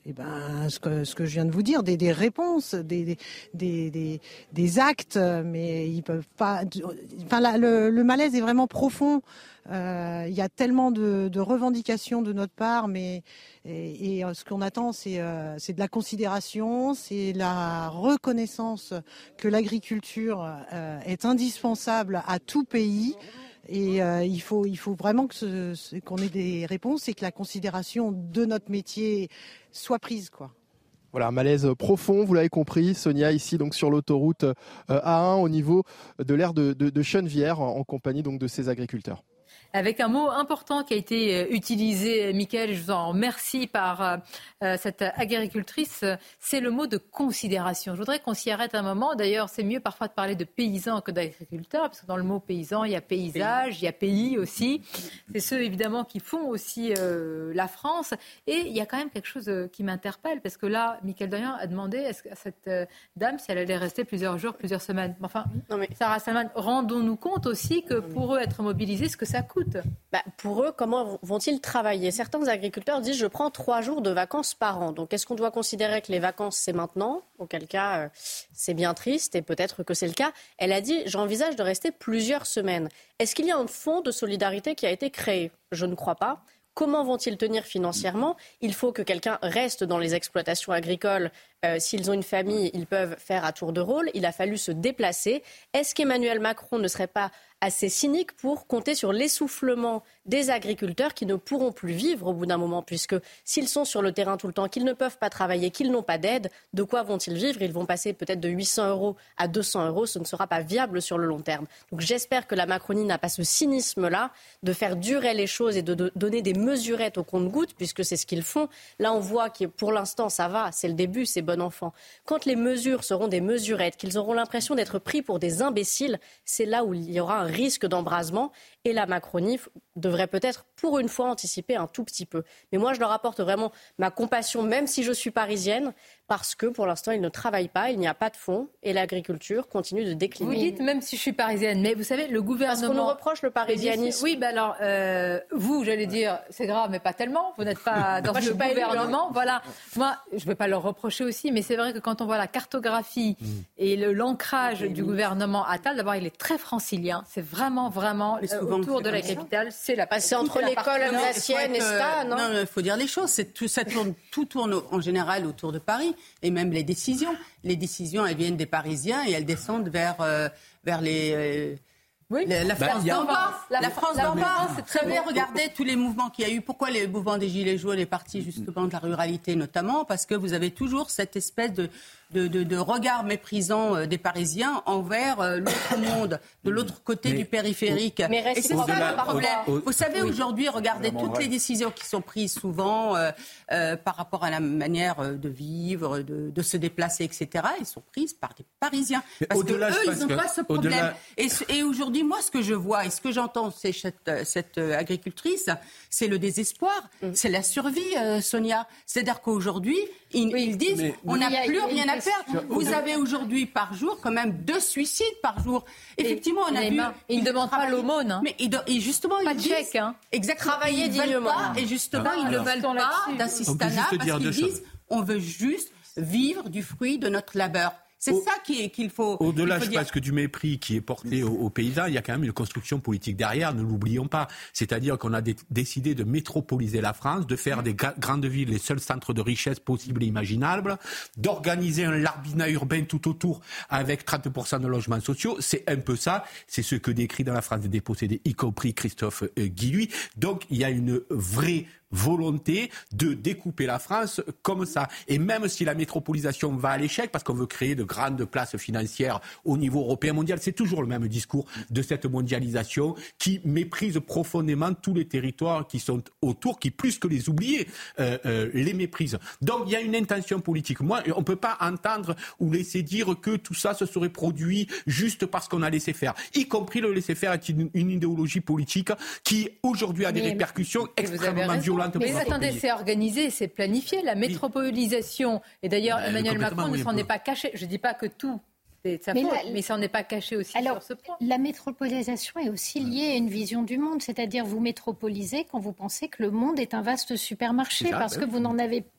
S19: eh ben, ce que, ce que je viens de vous dire, des, des réponses, des, des, des, des actes, mais ils peuvent pas. Enfin, la, le, le malaise est vraiment profond. Euh, il y a tellement de, de revendications de notre part, mais et, et ce qu'on attend, c'est, euh, c'est de la considération, c'est la reconnaissance que l'agriculture euh, est indispensable à tout pays. Et euh, il faut, il faut vraiment que ce, qu'on ait des réponses et que la considération de notre métier soit prise, quoi.
S16: Voilà, un malaise profond, vous l'avez compris, Sonia, ici donc sur l'autoroute A un au niveau de l'aire de, de, de Chenevière, en, en compagnie donc de ces agriculteurs.
S2: Avec un mot important qui a été utilisé, Mickaël, je vous en remercie, par euh, cette agricultrice, c'est le mot de considération. Je voudrais qu'on s'y arrête un moment. D'ailleurs, c'est mieux parfois de parler de paysans que d'agriculteurs, parce que dans le mot paysan, il y a paysage, il y a pays aussi. C'est ceux, évidemment, qui font aussi euh, la France. Et il y a quand même quelque chose qui m'interpelle, parce que là, Mickaël Dorian a demandé à cette euh, dame si elle allait rester plusieurs jours, plusieurs semaines. Enfin, non mais... Sarah Salman, rendons-nous compte aussi que pour eux, être mobilisés, ce que ça coûte.
S8: Bah, pour eux, comment vont-ils travailler ? Certains agriculteurs disent « je prends trois jours de vacances par an ». Donc est-ce qu'on doit considérer que les vacances, c'est maintenant ? Auquel cas, euh, c'est bien triste et peut-être que c'est le cas. Elle a dit « j'envisage de rester plusieurs semaines ». Est-ce qu'il y a un fonds de solidarité qui a été créé ? Je ne crois pas. Comment vont-ils tenir financièrement ? Il faut que quelqu'un reste dans les exploitations agricoles. Euh, s'ils ont une famille, ils peuvent faire à tour de rôle. Il a fallu se déplacer. Est-ce qu'Emmanuel Macron ne serait pas assez cynique pour compter sur l'essoufflement des agriculteurs qui ne pourront plus vivre au bout d'un moment, puisque s'ils sont sur le terrain tout le temps, qu'ils ne peuvent pas travailler, qu'ils n'ont pas d'aide, de quoi vont-ils vivre ? Ils vont passer peut-être de huit cents euros à deux cents euros, ce ne sera pas viable sur le long terme. Donc j'espère que la Macronie n'a pas ce cynisme-là de faire durer les choses et de, de donner des mesurettes au compte-gouttes, puisque c'est ce qu'ils font. Là, on voit que pour l'instant, ça va, c'est le début, c'est bon enfant. Quand les mesures seront des mesurettes, qu'ils auront l'impression d'être pris pour des imbéciles, c'est là où il y aura un risque d'embrasement et la Macronie devrait peut-être pour une fois anticiper un tout petit peu. Mais moi je leur apporte vraiment ma compassion même si je suis parisienne parce que pour l'instant ils ne travaillent pas, il n'y a pas de fonds et l'agriculture continue de décliner.
S2: Vous dites même si je suis parisienne, mais vous savez le gouvernement...
S8: Parce qu'on nous reproche le parisianisme.
S2: Oui, ben alors euh, vous j'allais dire c'est grave mais pas tellement, vous n'êtes pas dans le gouvernement. Élu, hein. Voilà, moi je ne vais pas leur reprocher aussi mais c'est vrai que quand on voit la cartographie mmh. et le, l'ancrage du gouvernement Attal, d'abord il est très francilien, c'est vraiment vraiment euh, autour de la capitale, c'est la
S8: bah, c'est entre l'école alsacienne et ça, non ?
S9: Non, il faut dire les choses. C'est tout, ça tourne, tout tourne en général autour de Paris et même les décisions. Les décisions, elles viennent des Parisiens et elles descendent vers, euh, vers les. Euh, Oui, la, la France bah, d'en bas, la, la France d'en bas, c'est très bien. Regardez tous les mouvements qu'il y a eu. Pourquoi les mouvements des Gilets jaunes est parti justement de la ruralité notamment ? Parce que vous avez toujours cette espèce de, de, de, de regard méprisant des Parisiens envers l'autre monde, de l'autre côté mais, du périphérique.
S8: Mais
S9: et c'est ça
S8: la,
S9: le problème.
S8: Au, au,
S9: vous savez,
S8: oui.
S9: aujourd'hui, regardez toutes vrai. les décisions qui sont prises souvent euh, euh, par rapport à la manière de vivre, de, de se déplacer, et cetera. Elles sont prises par des Parisiens. Mais parce que eux, ils n'ont pas ce problème. Et, et aujourd'hui, moi, ce que je vois et ce que j'entends chez cette, cette agricultrice, c'est le désespoir, mmh. c'est la survie, euh, Sonia. C'est-à-dire qu'aujourd'hui, ils, oui, ils disent on n'a plus rien à perdre. Vous avez aujourd'hui par jour quand même deux suicides par jour. Effectivement, on a vu...
S2: Ils ne demandent pas l'aumône. Hein.
S9: Mais ils, et justement,
S2: pas
S9: ils
S2: de
S9: disent...
S2: chèque, hein.
S9: Exactement.
S8: Travailler dignement.
S9: Et justement, ah, ils alors, ne veulent pas d'assistanat parce qu'ils disent on veut juste vivre du fruit de notre labeur. C'est Au, ça qui, qu'il faut.
S11: Au-delà,
S9: qu'il faut
S11: je
S9: dire.
S11: pense que du mépris qui est porté aux, aux paysans, il y a quand même une construction politique derrière, ne l'oublions pas. C'est-à-dire qu'on a dé- décidé de métropoliser la France, de faire des gra- grandes villes les seuls centres de richesse possibles et imaginables, d'organiser un larbinar urbain tout autour avec trente pour cent de logements sociaux. C'est un peu ça. C'est ce que décrit dans la France des dépossédés, y compris Christophe euh, Guilluy. Donc, il y a une vraie volonté de découper la France comme ça. Et même si la métropolisation va à l'échec, parce qu'on veut créer de grandes places financières au niveau européen mondial, c'est toujours le même discours de cette mondialisation qui méprise profondément tous les territoires qui sont autour, qui plus que les oublier, euh, euh, les méprisent. Donc il y a une intention politique. Moi, on ne peut pas entendre ou laisser dire que tout ça se serait produit juste parce qu'on a laissé faire. Y compris le laisser faire est une, une idéologie politique qui aujourd'hui a des mais, répercussions extrêmement violentes.
S2: Mais attendez, c'est organisé, c'est planifié, la métropolisation. Et d'ailleurs, bah, Emmanuel Macron oui, ne s'en est pas caché. Je ne dis pas que tout c'est de sa mais faute, la, mais ça n'en est pas caché aussi alors, sur ce point.
S7: La métropolisation est aussi liée à une vision du monde, c'est-à-dire vous métropolisez quand vous pensez que le monde est un vaste supermarché, ça, parce ben que oui. vous n'en avez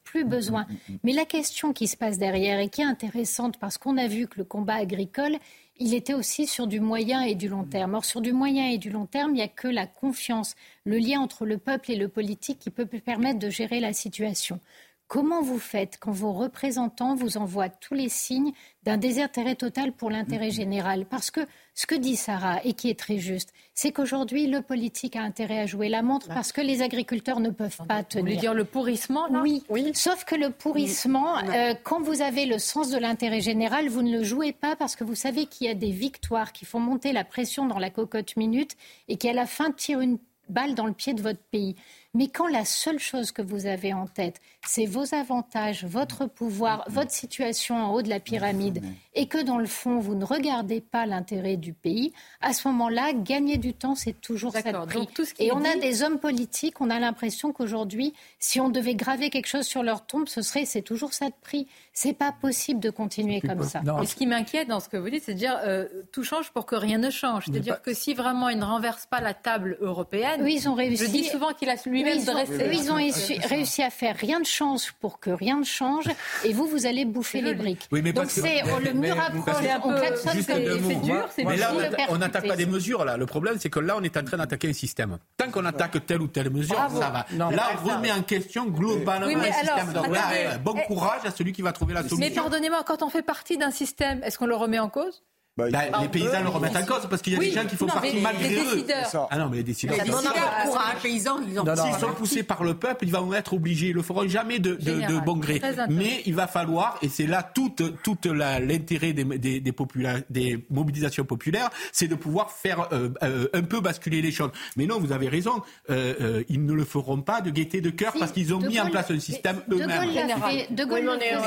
S7: plus besoin. Mais la question qui se passe derrière et qui est intéressante, parce qu'on a vu que le combat agricole, il était aussi sur du moyen et du long terme. Or, sur du moyen et du long terme, il n'y a que la confiance, le lien entre le peuple et le politique qui peut permettre de gérer la situation. Comment vous faites quand vos représentants vous envoient tous les signes d'un désintérêt total pour l'intérêt général ? Parce que ce que dit Sarah, et qui est très juste, c'est qu'aujourd'hui, le politique a intérêt à jouer la montre parce que les agriculteurs ne peuvent pas tenir.
S2: Vous voulez dire le pourrissement, là ?
S7: Oui. oui, sauf que le pourrissement, oui. euh, quand vous avez le sens de l'intérêt général, vous ne le jouez pas parce que vous savez qu'il y a des victoires qui font monter la pression dans la cocotte minute et qui, à la fin, tirent une balle dans le pied de votre pays. Mais quand la seule chose que vous avez en tête, c'est vos avantages, votre pouvoir, votre situation en haut de la pyramide, et que dans le fond, vous ne regardez pas l'intérêt du pays, à ce moment-là, gagner du temps, c'est toujours ça de prix. Et on dit... a des hommes politiques, on a l'impression qu'aujourd'hui, si on devait graver quelque chose sur leur tombe, ce serait, c'est toujours ça de prix. C'est pas possible de continuer comme ça.
S2: Et ce qui m'inquiète dans ce que vous dites, c'est de dire euh, tout change pour que rien ne change. C'est-à-dire pas... que si vraiment ils ne renversent pas la table européenne,
S7: oui, ils ont réussi.
S2: Je dis souvent qu'il a lui-même
S7: oui, ils, ont, oui, ils ont réussi, réussi à faire rien ne change pour que rien ne change, et vous, vous allez bouffer les briques.
S11: Oui, mais
S7: donc c'est
S11: que,
S7: le mur approche, on klaxonne comme
S11: c'est dur, c'est mais là, on n'attaque pas des mesures. Là, le problème, c'est que là, on est en train d'attaquer un système. Tant qu'on attaque telle ou telle mesure, Bravo. ça va. Non, là, on remet en question globalement oui, le système. Donc là, euh, bon eh, courage à celui qui va trouver la solution.
S2: Mais pardonnez-moi, quand on fait partie d'un système, est-ce qu'on le remet en cause ?
S11: Bah, bah, les paysans le remettent en cause parce qu'il y a oui, des gens qui font non, partie les, malgré
S2: les
S11: eux.
S2: Ah
S11: non, mais les décideurs.
S9: Les décideurs, pour un paysan, ils ont.
S11: S'ils sont poussés par le peuple, ils vont être obligés. Ils le feront jamais de, de, de bon gré. Mais il va falloir, et c'est là tout toute la, l'intérêt des, des, des, popula- des mobilisations populaires, c'est de pouvoir faire euh, euh, un peu basculer les choses. Mais non, vous avez raison. Euh, euh, ils ne le feront pas de gaieté de cœur si, parce qu'ils ont mis Gaulle, en place un système eux-mêmes.
S7: De Gaulle le faisait,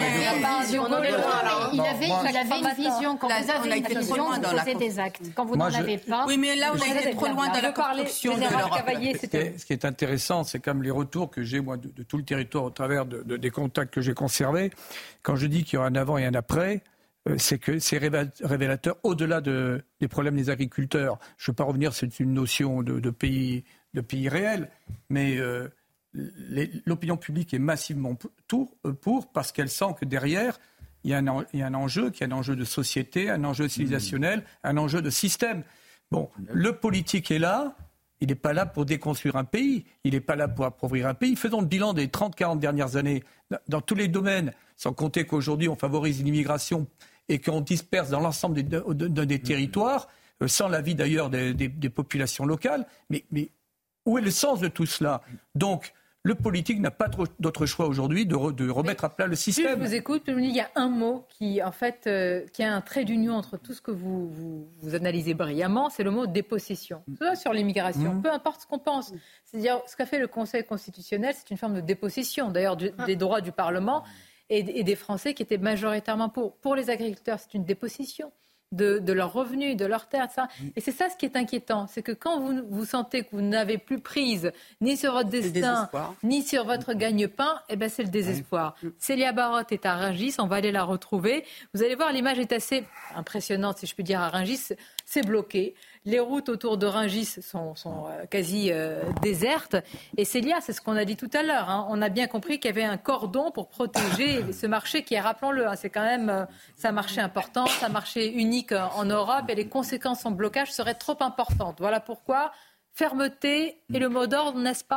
S7: mais il avait une vision. Quand vous avez une vision, vous posez des actes. Quand vous Moi, n'en je... avez pas...
S9: Oui, mais là, on a été trop loin dans la construction de l'Europe.
S3: Ce qui est intéressant, c'est comme les retours que j'ai, moi, de, de tout le territoire au travers de, de, des contacts que j'ai conservés. Quand je dis qu'il y aura un avant et un après, euh, c'est que c'est révélateur au-delà de, des problèmes des agriculteurs. Je ne veux pas revenir, c'est une notion de, de, pays, de pays réel, mais... Euh, les, l'opinion publique est massivement pour, pour parce qu'elle sent que derrière... Il y, a un, il y a un enjeu, qui est un enjeu de société, un enjeu civilisationnel, un enjeu de système. Bon, le politique est là, il n'est pas là pour déconstruire un pays, il n'est pas là pour appauvrir un pays. Faisons le bilan des trente quarante dernières années, dans tous les domaines, sans compter qu'aujourd'hui on favorise l'immigration et qu'on disperse dans l'ensemble des, de, de, des territoires, euh, sans l'avis d'ailleurs des, des, des populations locales. Mais, mais où est le sens de tout cela ? Donc, le politique n'a pas d'autre choix aujourd'hui de, re, de remettre Mais, à plat le système.
S2: Je vous écoute, il y a un mot qui, en fait, euh, qui a un trait d'union entre tout ce que vous, vous, vous analysez brillamment, c'est le mot dépossession. Mmh. Sur l'immigration, mmh. peu importe ce qu'on pense. C'est-à-dire, ce qu'a fait le Conseil constitutionnel, c'est une forme de dépossession, d'ailleurs, du, ah. des droits du Parlement et, et des Français qui étaient majoritairement pour. Pour les agriculteurs, c'est une dépossession. De, de leurs revenus, de leurs terres, ça. Et c'est ça ce qui est inquiétant, c'est que quand vous, vous sentez que vous n'avez plus prise ni sur votre destin, ni sur votre gagne-pain, eh ben c'est le désespoir. Oui. Célia Barotte est à Rungis, on va aller la retrouver. Vous allez voir, l'image est assez impressionnante, si je puis dire, à Rungis. C'est bloqué. Les routes autour de Rungis sont, sont euh, quasi euh, désertes. Et Célia, c'est ce qu'on a dit tout à l'heure. Hein. On a bien compris qu'il y avait un cordon pour protéger ce marché qui est, rappelons-le, hein, c'est quand même euh, c'est un marché important, c'est un marché unique euh, en Europe et les conséquences en blocage seraient trop importantes. Voilà pourquoi fermeté est le mot d'ordre, n'est-ce pas ?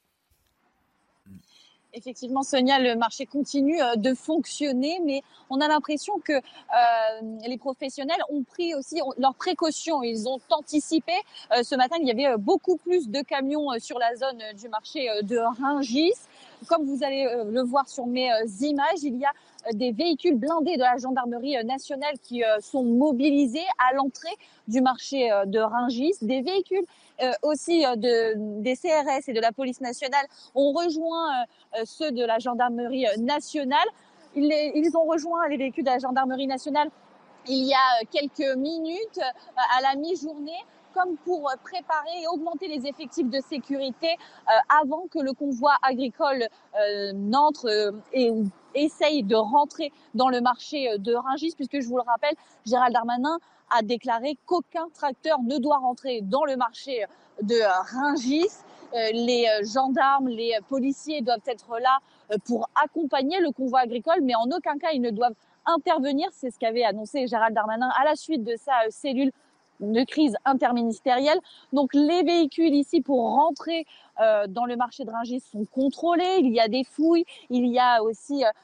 S10: Effectivement, Sonia, le marché continue de fonctionner, mais on a l'impression que euh, les professionnels ont pris aussi leurs précautions. Ils ont anticipé. Euh, ce matin, il y avait beaucoup plus de camions sur la zone du marché de Rungis. Comme vous allez le voir sur mes images, il y a des véhicules blindés de la gendarmerie nationale qui sont mobilisés à l'entrée du marché de Rungis. Des véhicules euh, aussi de, des C R S et de la police nationale ont rejoint euh, ceux de la gendarmerie nationale. Ils, les, ils ont rejoint les véhicules de la gendarmerie nationale il y a quelques minutes à la mi-journée, comme pour préparer et augmenter les effectifs de sécurité euh, avant que le convoi agricole euh, n'entre euh, et essaye de rentrer dans le marché de Rungis, puisque je vous le rappelle, Gérald Darmanin a déclaré qu'aucun tracteur ne doit rentrer dans le marché de Rungis. Euh, les gendarmes, les policiers doivent être là euh, pour accompagner le convoi agricole, mais en aucun cas ils ne doivent intervenir. C'est ce qu'avait annoncé Gérald Darmanin à la suite de sa euh, cellule de crise interministérielle. Donc les véhicules ici pour rentrer euh, dans le marché de Rungis sont contrôlés, il y a des fouilles, il y a aussi euh,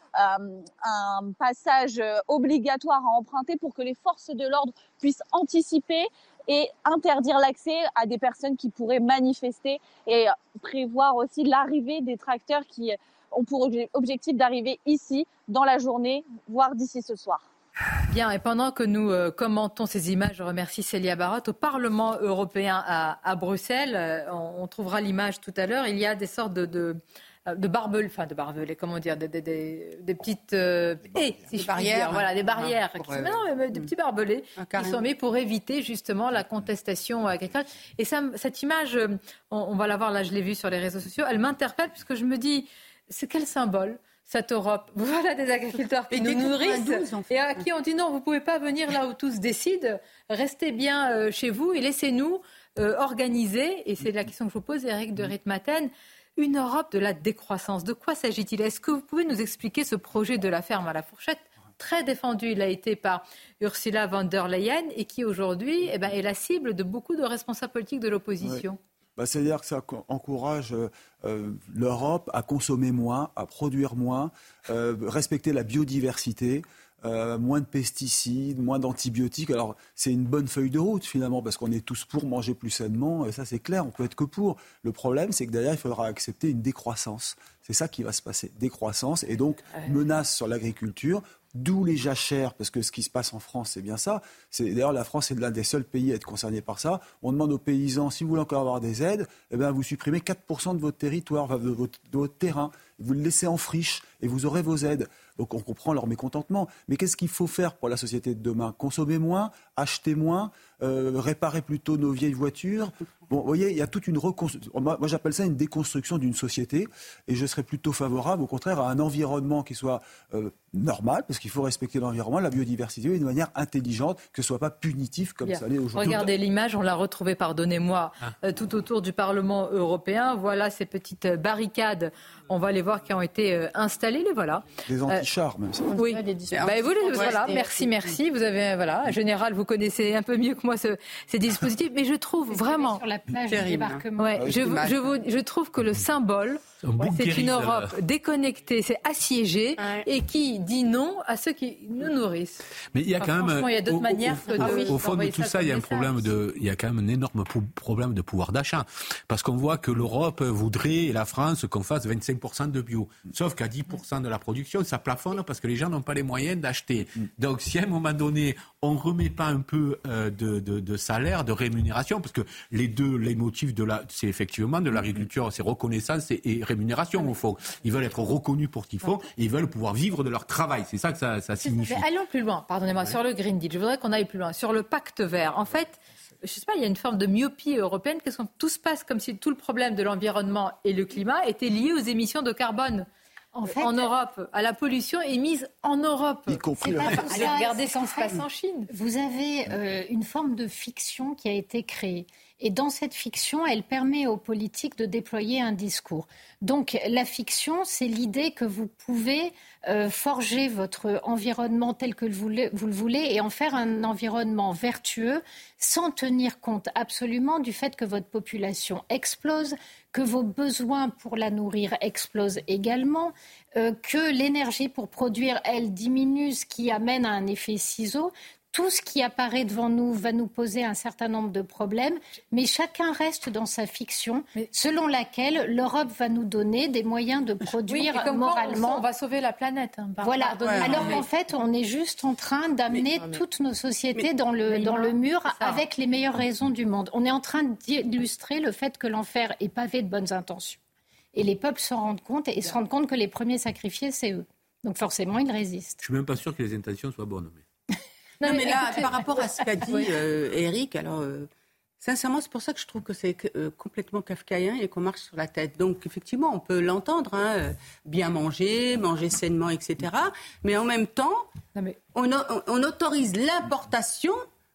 S10: un passage obligatoire à emprunter pour que les forces de l'ordre puissent anticiper et interdire l'accès à des personnes qui pourraient manifester et prévoir aussi l'arrivée des tracteurs qui ont pour objectif d'arriver ici dans la journée, voire d'ici ce soir.
S2: Bien, et pendant que nous euh, commentons ces images, je remercie Célia Barotte. Au Parlement européen à, à Bruxelles, euh, on, on trouvera l'image tout à l'heure, il y a des sortes de... de de barbelés, enfin de barbelés, comment dire, des, des, des, des petites euh, haies, si je puis dire, voilà, des barrières, ah, qui sont, non, mais des petits barbelés qui sont mis pour éviter justement la contestation agricole. Et ça, cette image, on, on va la voir, là je l'ai vue sur les réseaux sociaux, elle m'interpelle puisque je me dis, c'est quel symbole cette Europe? Voilà des agriculteurs qui nous nourrissent en fait. Et à qui on dit non, vous ne pouvez pas venir là où tous décident, restez bien euh, chez vous et laissez-nous euh, organiser, et c'est la question que je vous pose, Éric de Ritmaten, une Europe de la décroissance. De quoi s'agit-il? Est-ce que vous pouvez nous expliquer ce projet de la ferme à la fourchette? Très défendu, il a été par Ursula von der Leyen et qui aujourd'hui eh ben, est la cible de beaucoup de responsables politiques de l'opposition.
S12: Oui. Bah, c'est-à-dire que ça encourage euh, l'Europe à consommer moins, à produire moins, euh, respecter la biodiversité. Euh, moins de pesticides, moins d'antibiotiques. Alors, c'est une bonne feuille de route, finalement, parce qu'on est tous pour manger plus sainement, et ça, c'est clair, on peut être que pour. Le problème, c'est que derrière, il faudra accepter une décroissance. C'est ça qui va se passer, décroissance, et donc menace sur l'agriculture, d'où les jachères, parce que ce qui se passe en France, c'est bien ça. C'est, d'ailleurs, la France est l'un des seuls pays à être concerné par ça. On demande aux paysans, si vous voulez encore avoir des aides, eh bien, vous supprimez quatre pour cent de votre territoire, de votre, de votre terrain, vous le laissez en friche, et vous aurez vos aides. Donc on comprend leur mécontentement. Mais qu'est-ce qu'il faut faire pour la société de demain? Consommer moins, acheter moins, euh, réparer plutôt nos vieilles voitures. Bon, vous voyez, il y a toute une reconstruction. Moi, moi, j'appelle ça une déconstruction d'une société. Et je serais plutôt favorable, au contraire, à un environnement qui soit euh, normal, parce qu'il faut respecter l'environnement, la biodiversité, de manière intelligente, que ce ne soit pas punitif comme Bien. Ça l'est aujourd'hui.
S2: Regardez l'image, on l'a retrouvée, pardonnez-moi, ah. euh, tout autour du Parlement européen. Voilà ces petites barricades, on va les voir, qui ont été euh, installées. Les voilà.
S12: Des anti-chars, même ça.
S2: Oui. Ouais, bah, vous, les, voilà, merci, merci. Vous avez, voilà, en général, vous connaissez un peu mieux que moi ce, ces dispositifs, mais je trouve vraiment...
S7: Sur la plage du débarquement.
S2: Ouais, je, je, vous, je trouve que le symbole, c'est une Europe déconnectée, c'est assiégée, ouais. et qui dit non à ceux qui nous nourrissent.
S11: Mais il y a quand
S2: enfin,
S11: même,
S2: il y a d'autres
S11: au,
S2: manières
S11: au,
S2: que de,
S11: au, au fond de tout ça, il y a un problème
S2: aussi.
S11: de, il y a quand même un énorme problème de pouvoir d'achat, parce qu'on voit que l'Europe voudrait, et la France, qu'on fasse vingt-cinq pour cent de bio, sauf qu'à dix pour cent de la production, ça plafonne parce que les gens n'ont pas les moyens d'acheter. Donc, si à un moment donné, on remet pas un peu euh, de, de, de salaire, de rémunération, parce que les deux, les motifs de la, c'est effectivement de l'agriculture, c'est reconnaissance et, et rémunération au fond. Ils veulent être reconnus pour ce qu'ils font et ils veulent pouvoir vivre de leur travail. C'est ça que ça, ça signifie.
S2: Mais allons plus loin, pardonnez-moi, ouais. sur le Green Deal. Je voudrais qu'on aille plus loin. Sur le pacte vert, en fait, je ne sais pas, il y a une forme de myopie européenne. Qu'est-ce qu'on, tout se passe comme si tout le problème de l'environnement et le climat était lié aux émissions de carbone. En, fait, en Europe, à la pollution émise en Europe.
S12: Y compris.
S2: Allez regarder ce qui se passe en Chine.
S7: Vous avez euh, une forme de fiction qui a été créée. Et dans cette fiction, elle permet aux politiques de déployer un discours. Donc la fiction, c'est l'idée que vous pouvez euh, forger votre environnement tel que vous le, vous le voulez et en faire un environnement vertueux sans tenir compte absolument du fait que votre population explose, que vos besoins pour la nourrir explosent également, euh, que l'énergie pour produire, elle, diminue, ce qui amène à un effet ciseau. Tout ce qui apparaît devant nous va nous poser un certain nombre de problèmes, mais chacun reste dans sa fiction, mais... selon laquelle l'Europe va nous donner des moyens de produire oui, moralement.
S2: On, on va sauver la planète. Hein, par
S7: voilà. Ouais, alors qu'en mais... fait, on est juste en train d'amener mais... toutes nos sociétés mais... dans, le, dans le mur avec les meilleures raisons du monde. On est en train d'illustrer le fait que l'enfer est pavé de bonnes intentions. Et les peuples s'en rendent compte et se rendent compte que les premiers sacrifiés, c'est eux. Donc forcément, ils résistent.
S11: Je ne suis même pas sûr que les intentions soient bonnes. Mais...
S9: Non, non, mais là, écoutez, par rapport à ce qu'a dit euh, Éric, alors, euh, sincèrement, c'est pour ça que je trouve que c'est euh, complètement kafkaïen et qu'on marche sur la tête. Donc, effectivement, on peut l'entendre, hein, euh, bien manger, manger sainement, et cetera. Mais en même temps, non, mais... on, on, on autorise l'importation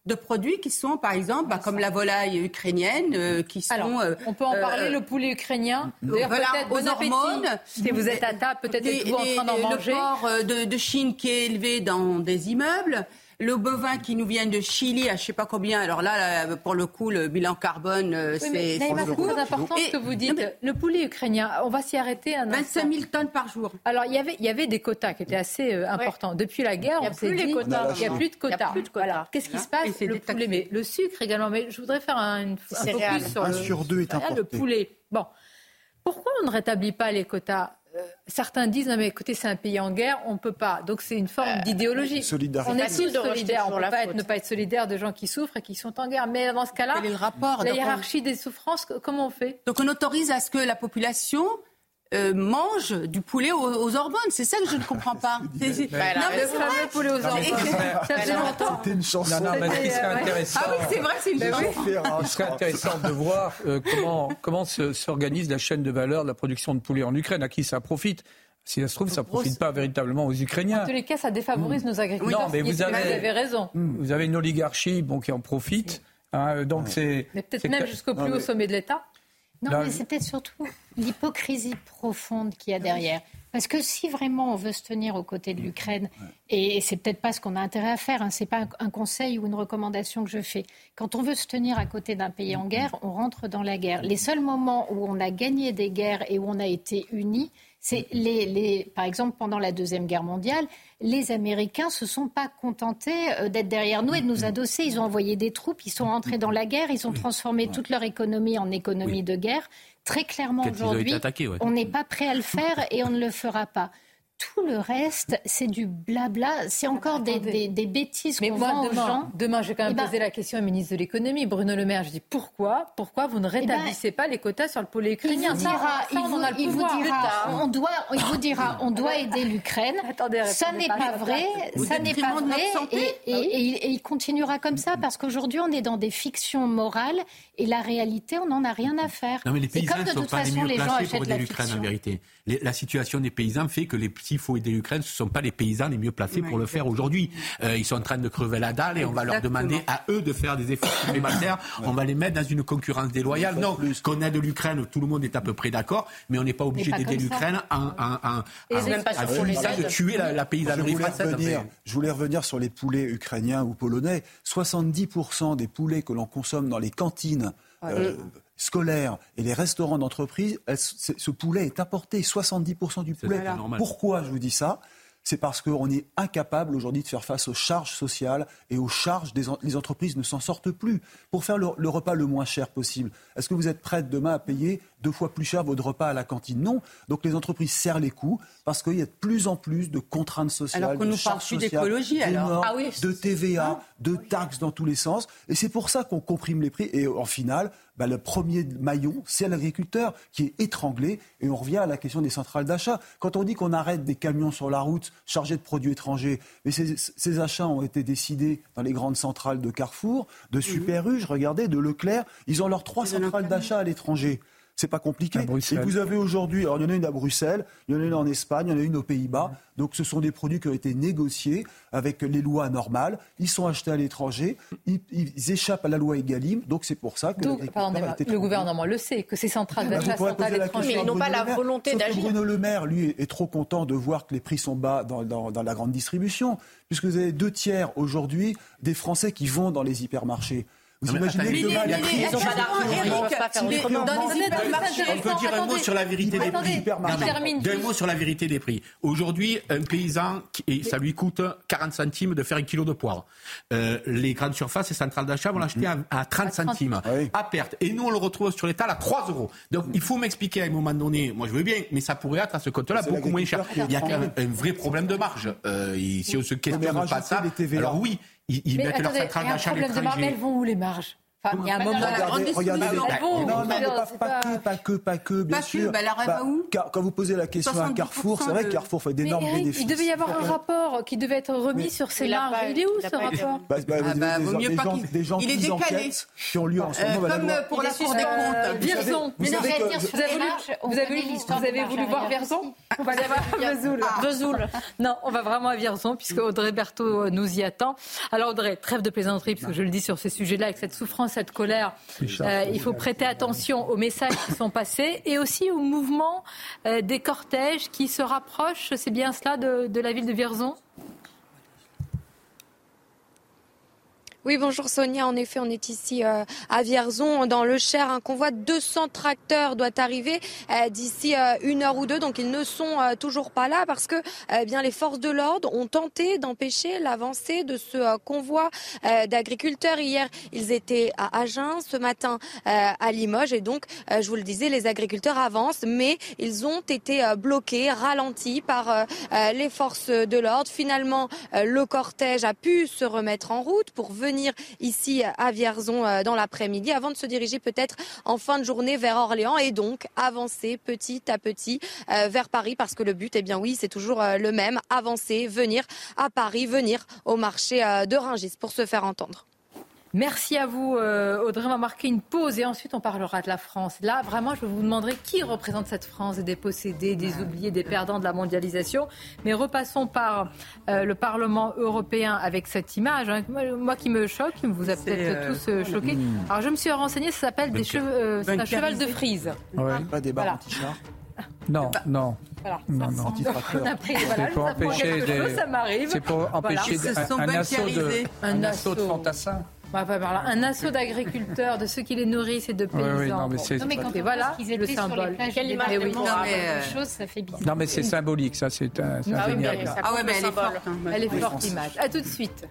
S9: de produits qui sont, par exemple, bah, comme la volaille ukrainienne, euh, qui sont...
S2: Alors,
S9: euh,
S2: on peut en parler,
S9: euh,
S2: le poulet ukrainien. D'ailleurs,
S9: voilà,
S2: peut-être
S9: aux
S2: bon appétit.
S9: hormones.
S2: Si vous êtes à table, peut-être êtes-vous en train d'en manger.
S9: Le porc de, de Chine qui est élevé dans des immeubles. Le bovin qui nous vient de Chili à je ne sais pas combien. Alors là, là, pour le coup, le bilan carbone, oui, c'est...
S2: Mais, Naïma, c'est très important
S9: Et,
S2: ce que vous dites. Non, mais, le poulet ukrainien, on va s'y arrêter un instant.
S9: vingt-cinq mille tonnes par jour.
S2: Alors, il y avait, il y avait des quotas qui étaient assez euh, importants. Ouais. Depuis la guerre, on s'est dit... Il n'y a plus de quotas. Plus de quotas. Alors, qu'est-ce qui se passe? Le poulet, mais le sucre également. Mais je voudrais faire un, une, un focus sur
S12: un
S2: le,
S12: sur deux est importé.
S2: Le poulet. Bon. Pourquoi on ne rétablit pas les quotas? Certains disent, non mais écoutez, c'est un pays en guerre, on ne peut pas. Donc c'est une forme euh, d'idéologie.
S12: Solidarité.
S2: On est tous solidaires, on ne peut pas être, ne pas être solidaire de gens qui souffrent et qui sont en guerre. Mais dans ce cas-là,
S9: quel est le rapport?
S2: La hiérarchie on... des souffrances, comment on fait?
S9: Donc on autorise à ce que la population... Euh, mange du poulet aux, aux hormones. C'est ça que je ne comprends pas. C'est, c'est...
S2: Bah, non, mais le fameux poulet aux hormones. Ça fait longtemps.
S12: C'était une chanson.
S3: Non, non, mais ce qui serait intéressant,
S9: ah oui, c'est vrai, c'est une
S3: bah,
S9: chanson.
S3: Il serait intéressant de voir euh, comment, comment se, s'organise la chaîne de valeur de la production de poulet en Ukraine, à qui ça profite. Si ça se trouve, ça ne profite pas véritablement aux Ukrainiens.
S2: En tous les cas, ça défavorise mmh. nos agriculteurs.
S3: Non, mais vous avez,
S2: vous avez raison.
S3: Vous avez une oligarchie bon, qui en profite. Hein, donc ouais. c'est,
S2: mais peut-être
S3: c'est
S2: même
S3: que...
S2: jusqu'au plus
S3: non,
S2: haut
S3: mais...
S2: sommet de l'État.
S7: Non, Là, mais c'est peut-être surtout l'hypocrisie profonde qu'il y a derrière. Parce que si vraiment on veut se tenir aux côtés de l'Ukraine, et c'est peut-être pas ce qu'on a intérêt à faire, hein, c'est pas un conseil ou une recommandation que je fais. Quand on veut se tenir à côté d'un pays en guerre, on rentre dans la guerre. Les seuls moments où on a gagné des guerres et où on a été unis, c'est les, les, par exemple pendant la Deuxième Guerre mondiale, les Américains se sont pas contentés d'être derrière nous et de nous adosser. Ils ont envoyé des troupes, ils sont rentrés dans la guerre, ils ont transformé toute leur économie en économie oui. de guerre. Très clairement, Peut-être aujourd'hui, attaqués, ouais. on n'est pas prêt à le faire et on ne le fera pas. Tout le reste, c'est du blabla. C'est encore des, des, des bêtises
S2: Mais
S7: qu'on
S2: moi,
S7: vend
S2: demain,
S7: aux gens.
S2: Demain, je vais quand même
S7: eh
S2: poser ben, la question au ministre de l'économie, Bruno Le Maire. Je dis pourquoi Pourquoi vous ne rétablissez eh ben, pas les quotas sur le poulet ukrainien?
S7: Il vous dira, ça, il vous, il vous dira, on doit, il vous dira, on doit aider l'Ukraine. Attendez, ça n'est pas, pas vrai. Ça n'est pas vrai. Et, et, et, et, et il continuera comme ça parce qu'aujourd'hui, on est dans des fictions morales et la réalité, on n'en a rien à faire.
S11: Non, mais les paysans ne sont pas les mieux placés pour aider l'Ukraine, en vérité. La situation des paysans fait que s'il faut aider l'Ukraine, ce ne sont pas les paysans les mieux placés pour le faire aujourd'hui. Euh, ils sont en train de crever la dalle et on va leur demander à eux de faire des efforts supplémentaires. On va les mettre dans une concurrence déloyale. Non, qu'on aide l'Ukraine, tout le monde est à peu près d'accord, mais on n'est pas obligé d'aider l'Ukraine en, en, en, en, en de tuer la, la paysannerie française.
S12: Je voulais revenir sur les poulets ukrainiens ou polonais. soixante-dix pour cent des poulets que l'on consomme dans les cantines euh, scolaires et les restaurants d'entreprise, ce poulet est importé, soixante-dix pour cent du poulet. Pourquoi je vous dis ça ? C'est parce qu'on est incapable aujourd'hui de faire face aux charges sociales et aux charges des en- les entreprises ne s'en sortent plus. Pour faire le, le repas le moins cher possible, est-ce que vous êtes prête demain à payer deux fois plus cher votre repas à la cantine? Non. Donc les entreprises serrent les coûts parce qu'il y a de plus en plus de contraintes sociales,
S9: alors qu'on
S12: de
S9: nous
S12: charges
S9: parle
S12: sociales,
S9: d'écologie, alors.
S12: normes,
S9: Ah oui.
S12: de T V A, de taxes dans tous les sens. Et c'est pour ça qu'on comprime les prix. Et en finale, bah, le premier maillon, c'est l'agriculteur qui est étranglé. Et on revient à la question des centrales d'achat. Quand on dit qu'on arrête des camions sur la route chargés de produits étrangers, mais ces, ces achats ont été décidés dans les grandes centrales de Carrefour, de Super U, je regardais, de Leclerc. Ils ont leurs trois centrales d'achat à l'étranger. C'est pas compliqué. Et vous avez aujourd'hui, alors il y en a une à Bruxelles, il y en a une en Espagne, il y en a une aux Pays-Bas. Donc ce sont des produits qui ont été négociés avec les lois normales. Ils sont achetés à l'étranger, ils, ils échappent à la loi Egalim. Donc c'est pour ça que
S2: donc, pardon,
S12: a été
S2: le gouvernement le sait, que ces centrales d'achat
S12: bah,
S2: sont à l'étranger.
S7: Mais ils n'ont pas la volonté d'agir.
S12: Bruno Le Maire, lui, est trop content de voir que les prix sont bas dans, dans, dans la grande distribution, puisque vous avez deux tiers aujourd'hui des Français qui vont dans les hypermarchés. Vous non, imaginez que demain, la crise...
S9: Ils n'ont pas d'argent. Dans les hypermarchés...
S11: On peut dire un mot sur la vérité des prix. Deux mots sur la vérité des prix. Aujourd'hui, un paysan, ça lui coûte quarante centimes de faire un kilo de poire. Euh, les grandes surfaces et centrales d'achat vont l'acheter à, à trente centimes, oui. à perte. Et nous, on le retrouve sur l'étal à trois euros. Donc, il faut m'expliquer à un moment donné, moi je veux bien, mais ça pourrait être à ce compte-là c'est beaucoup moins cher. Il y a quand même un vrai problème de marge. Euh, si on se questionne pas ça, alors oui, Ils, ils mettent leurs centrales d'achat à l'étranger.
S2: Elles vont où les marges? Enfin, il y a un moment.
S12: Regardez, regardez les...
S2: Ah bon,
S12: non, non, mais pas, pas, que, pas que, pas que, bien
S9: pas
S12: sûr.
S9: Que, bah, alors, bah, où
S12: car, quand vous posez la question à Carrefour, c'est vrai que Carrefour fait d'énormes
S2: mais Eric,
S12: bénéfices.
S2: Il devait y avoir un rapport qui devait être remis mais... sur ces marges. Il est où ce rapport
S12: bah, bah,
S9: ah, bah,
S12: des, des, des, gens, des gens
S9: il est
S12: qui
S9: décalé.
S12: Qui ont lieu en ce moment.
S9: Euh, comme pour la Cour des comptes.
S2: Vierzon. Vous avez voulu voir Vierzon? On va aller voir Vesoul. Vesoul. Non, on va vraiment à Vierzon puisque Audrey Berthaud nous y attend. Alors Audrey, trêve de plaisanterie parce que je le dis sur ces sujets-là avec cette souffrance, cette colère. Euh, il faut prêter attention aux messages qui sont passés et aussi au mouvement euh, des cortèges qui se rapprochent, c'est bien cela, de, de la ville de Vierzon ?
S20: Oui, bonjour Sonia. En effet, on est ici euh, à Vierzon, dans le Cher. Un convoi de deux cents tracteurs doit arriver euh, d'ici euh, une heure ou deux. Donc, ils ne sont euh, toujours pas là parce que euh, bien les forces de l'ordre ont tenté d'empêcher l'avancée de ce euh, convoi euh, d'agriculteurs. Hier, ils étaient à Agen, ce matin euh, à Limoges. Et donc, euh, je vous le disais, les agriculteurs avancent, mais ils ont été euh, bloqués, ralentis par euh, euh, les forces de l'ordre. Finalement, euh, le cortège a pu se remettre en route pour venir ici à Vierzon dans l'après-midi avant de se diriger peut-être en fin de journée vers Orléans et donc avancer petit à petit euh, vers Paris parce que le but, eh bien oui, c'est toujours euh, le même, avancer, venir à Paris, venir au marché euh, de Rungis pour se faire entendre.
S2: Merci à vous, euh, Audrey. On va marquer une pause et ensuite on parlera de la France. Là, vraiment, je vous demanderai qui représente cette France, des possédés, des oubliés, des perdants de la mondialisation. Mais repassons par euh, le Parlement européen avec cette image. Hein. Moi, moi qui me choque, qui vous a peut-être euh... tous euh, choqués. Mmh. Alors, je me suis renseignée, ça s'appelle des cheveux, euh, c'est un cheval de frise.
S12: Ouais. Pas des barres voilà. anti-char.
S3: Non, non.
S2: Voilà,
S3: non, non.
S2: C'est pour empêcher des... ça m'arrive.
S3: C'est pour empêcher
S2: voilà.
S3: un, un, assaut de, un, un assaut de fantassins.
S2: Bah, bah, bah, un assaut d'agriculteurs, de ceux qui les nourrissent et de paysans. Oui, oui, non, mais c'est,
S7: non, mais quand
S2: et voilà,
S7: qu'ils étaient le symbole. Quelle image oui, non, mais chose, ça fait bizarre.
S3: Non, mais c'est symbolique, ça, c'est un. C'est
S2: ah,
S3: oui,
S2: mais ça ah ouais, mais elle est forte. Hein. Elle est forte, l'image. À tout de suite.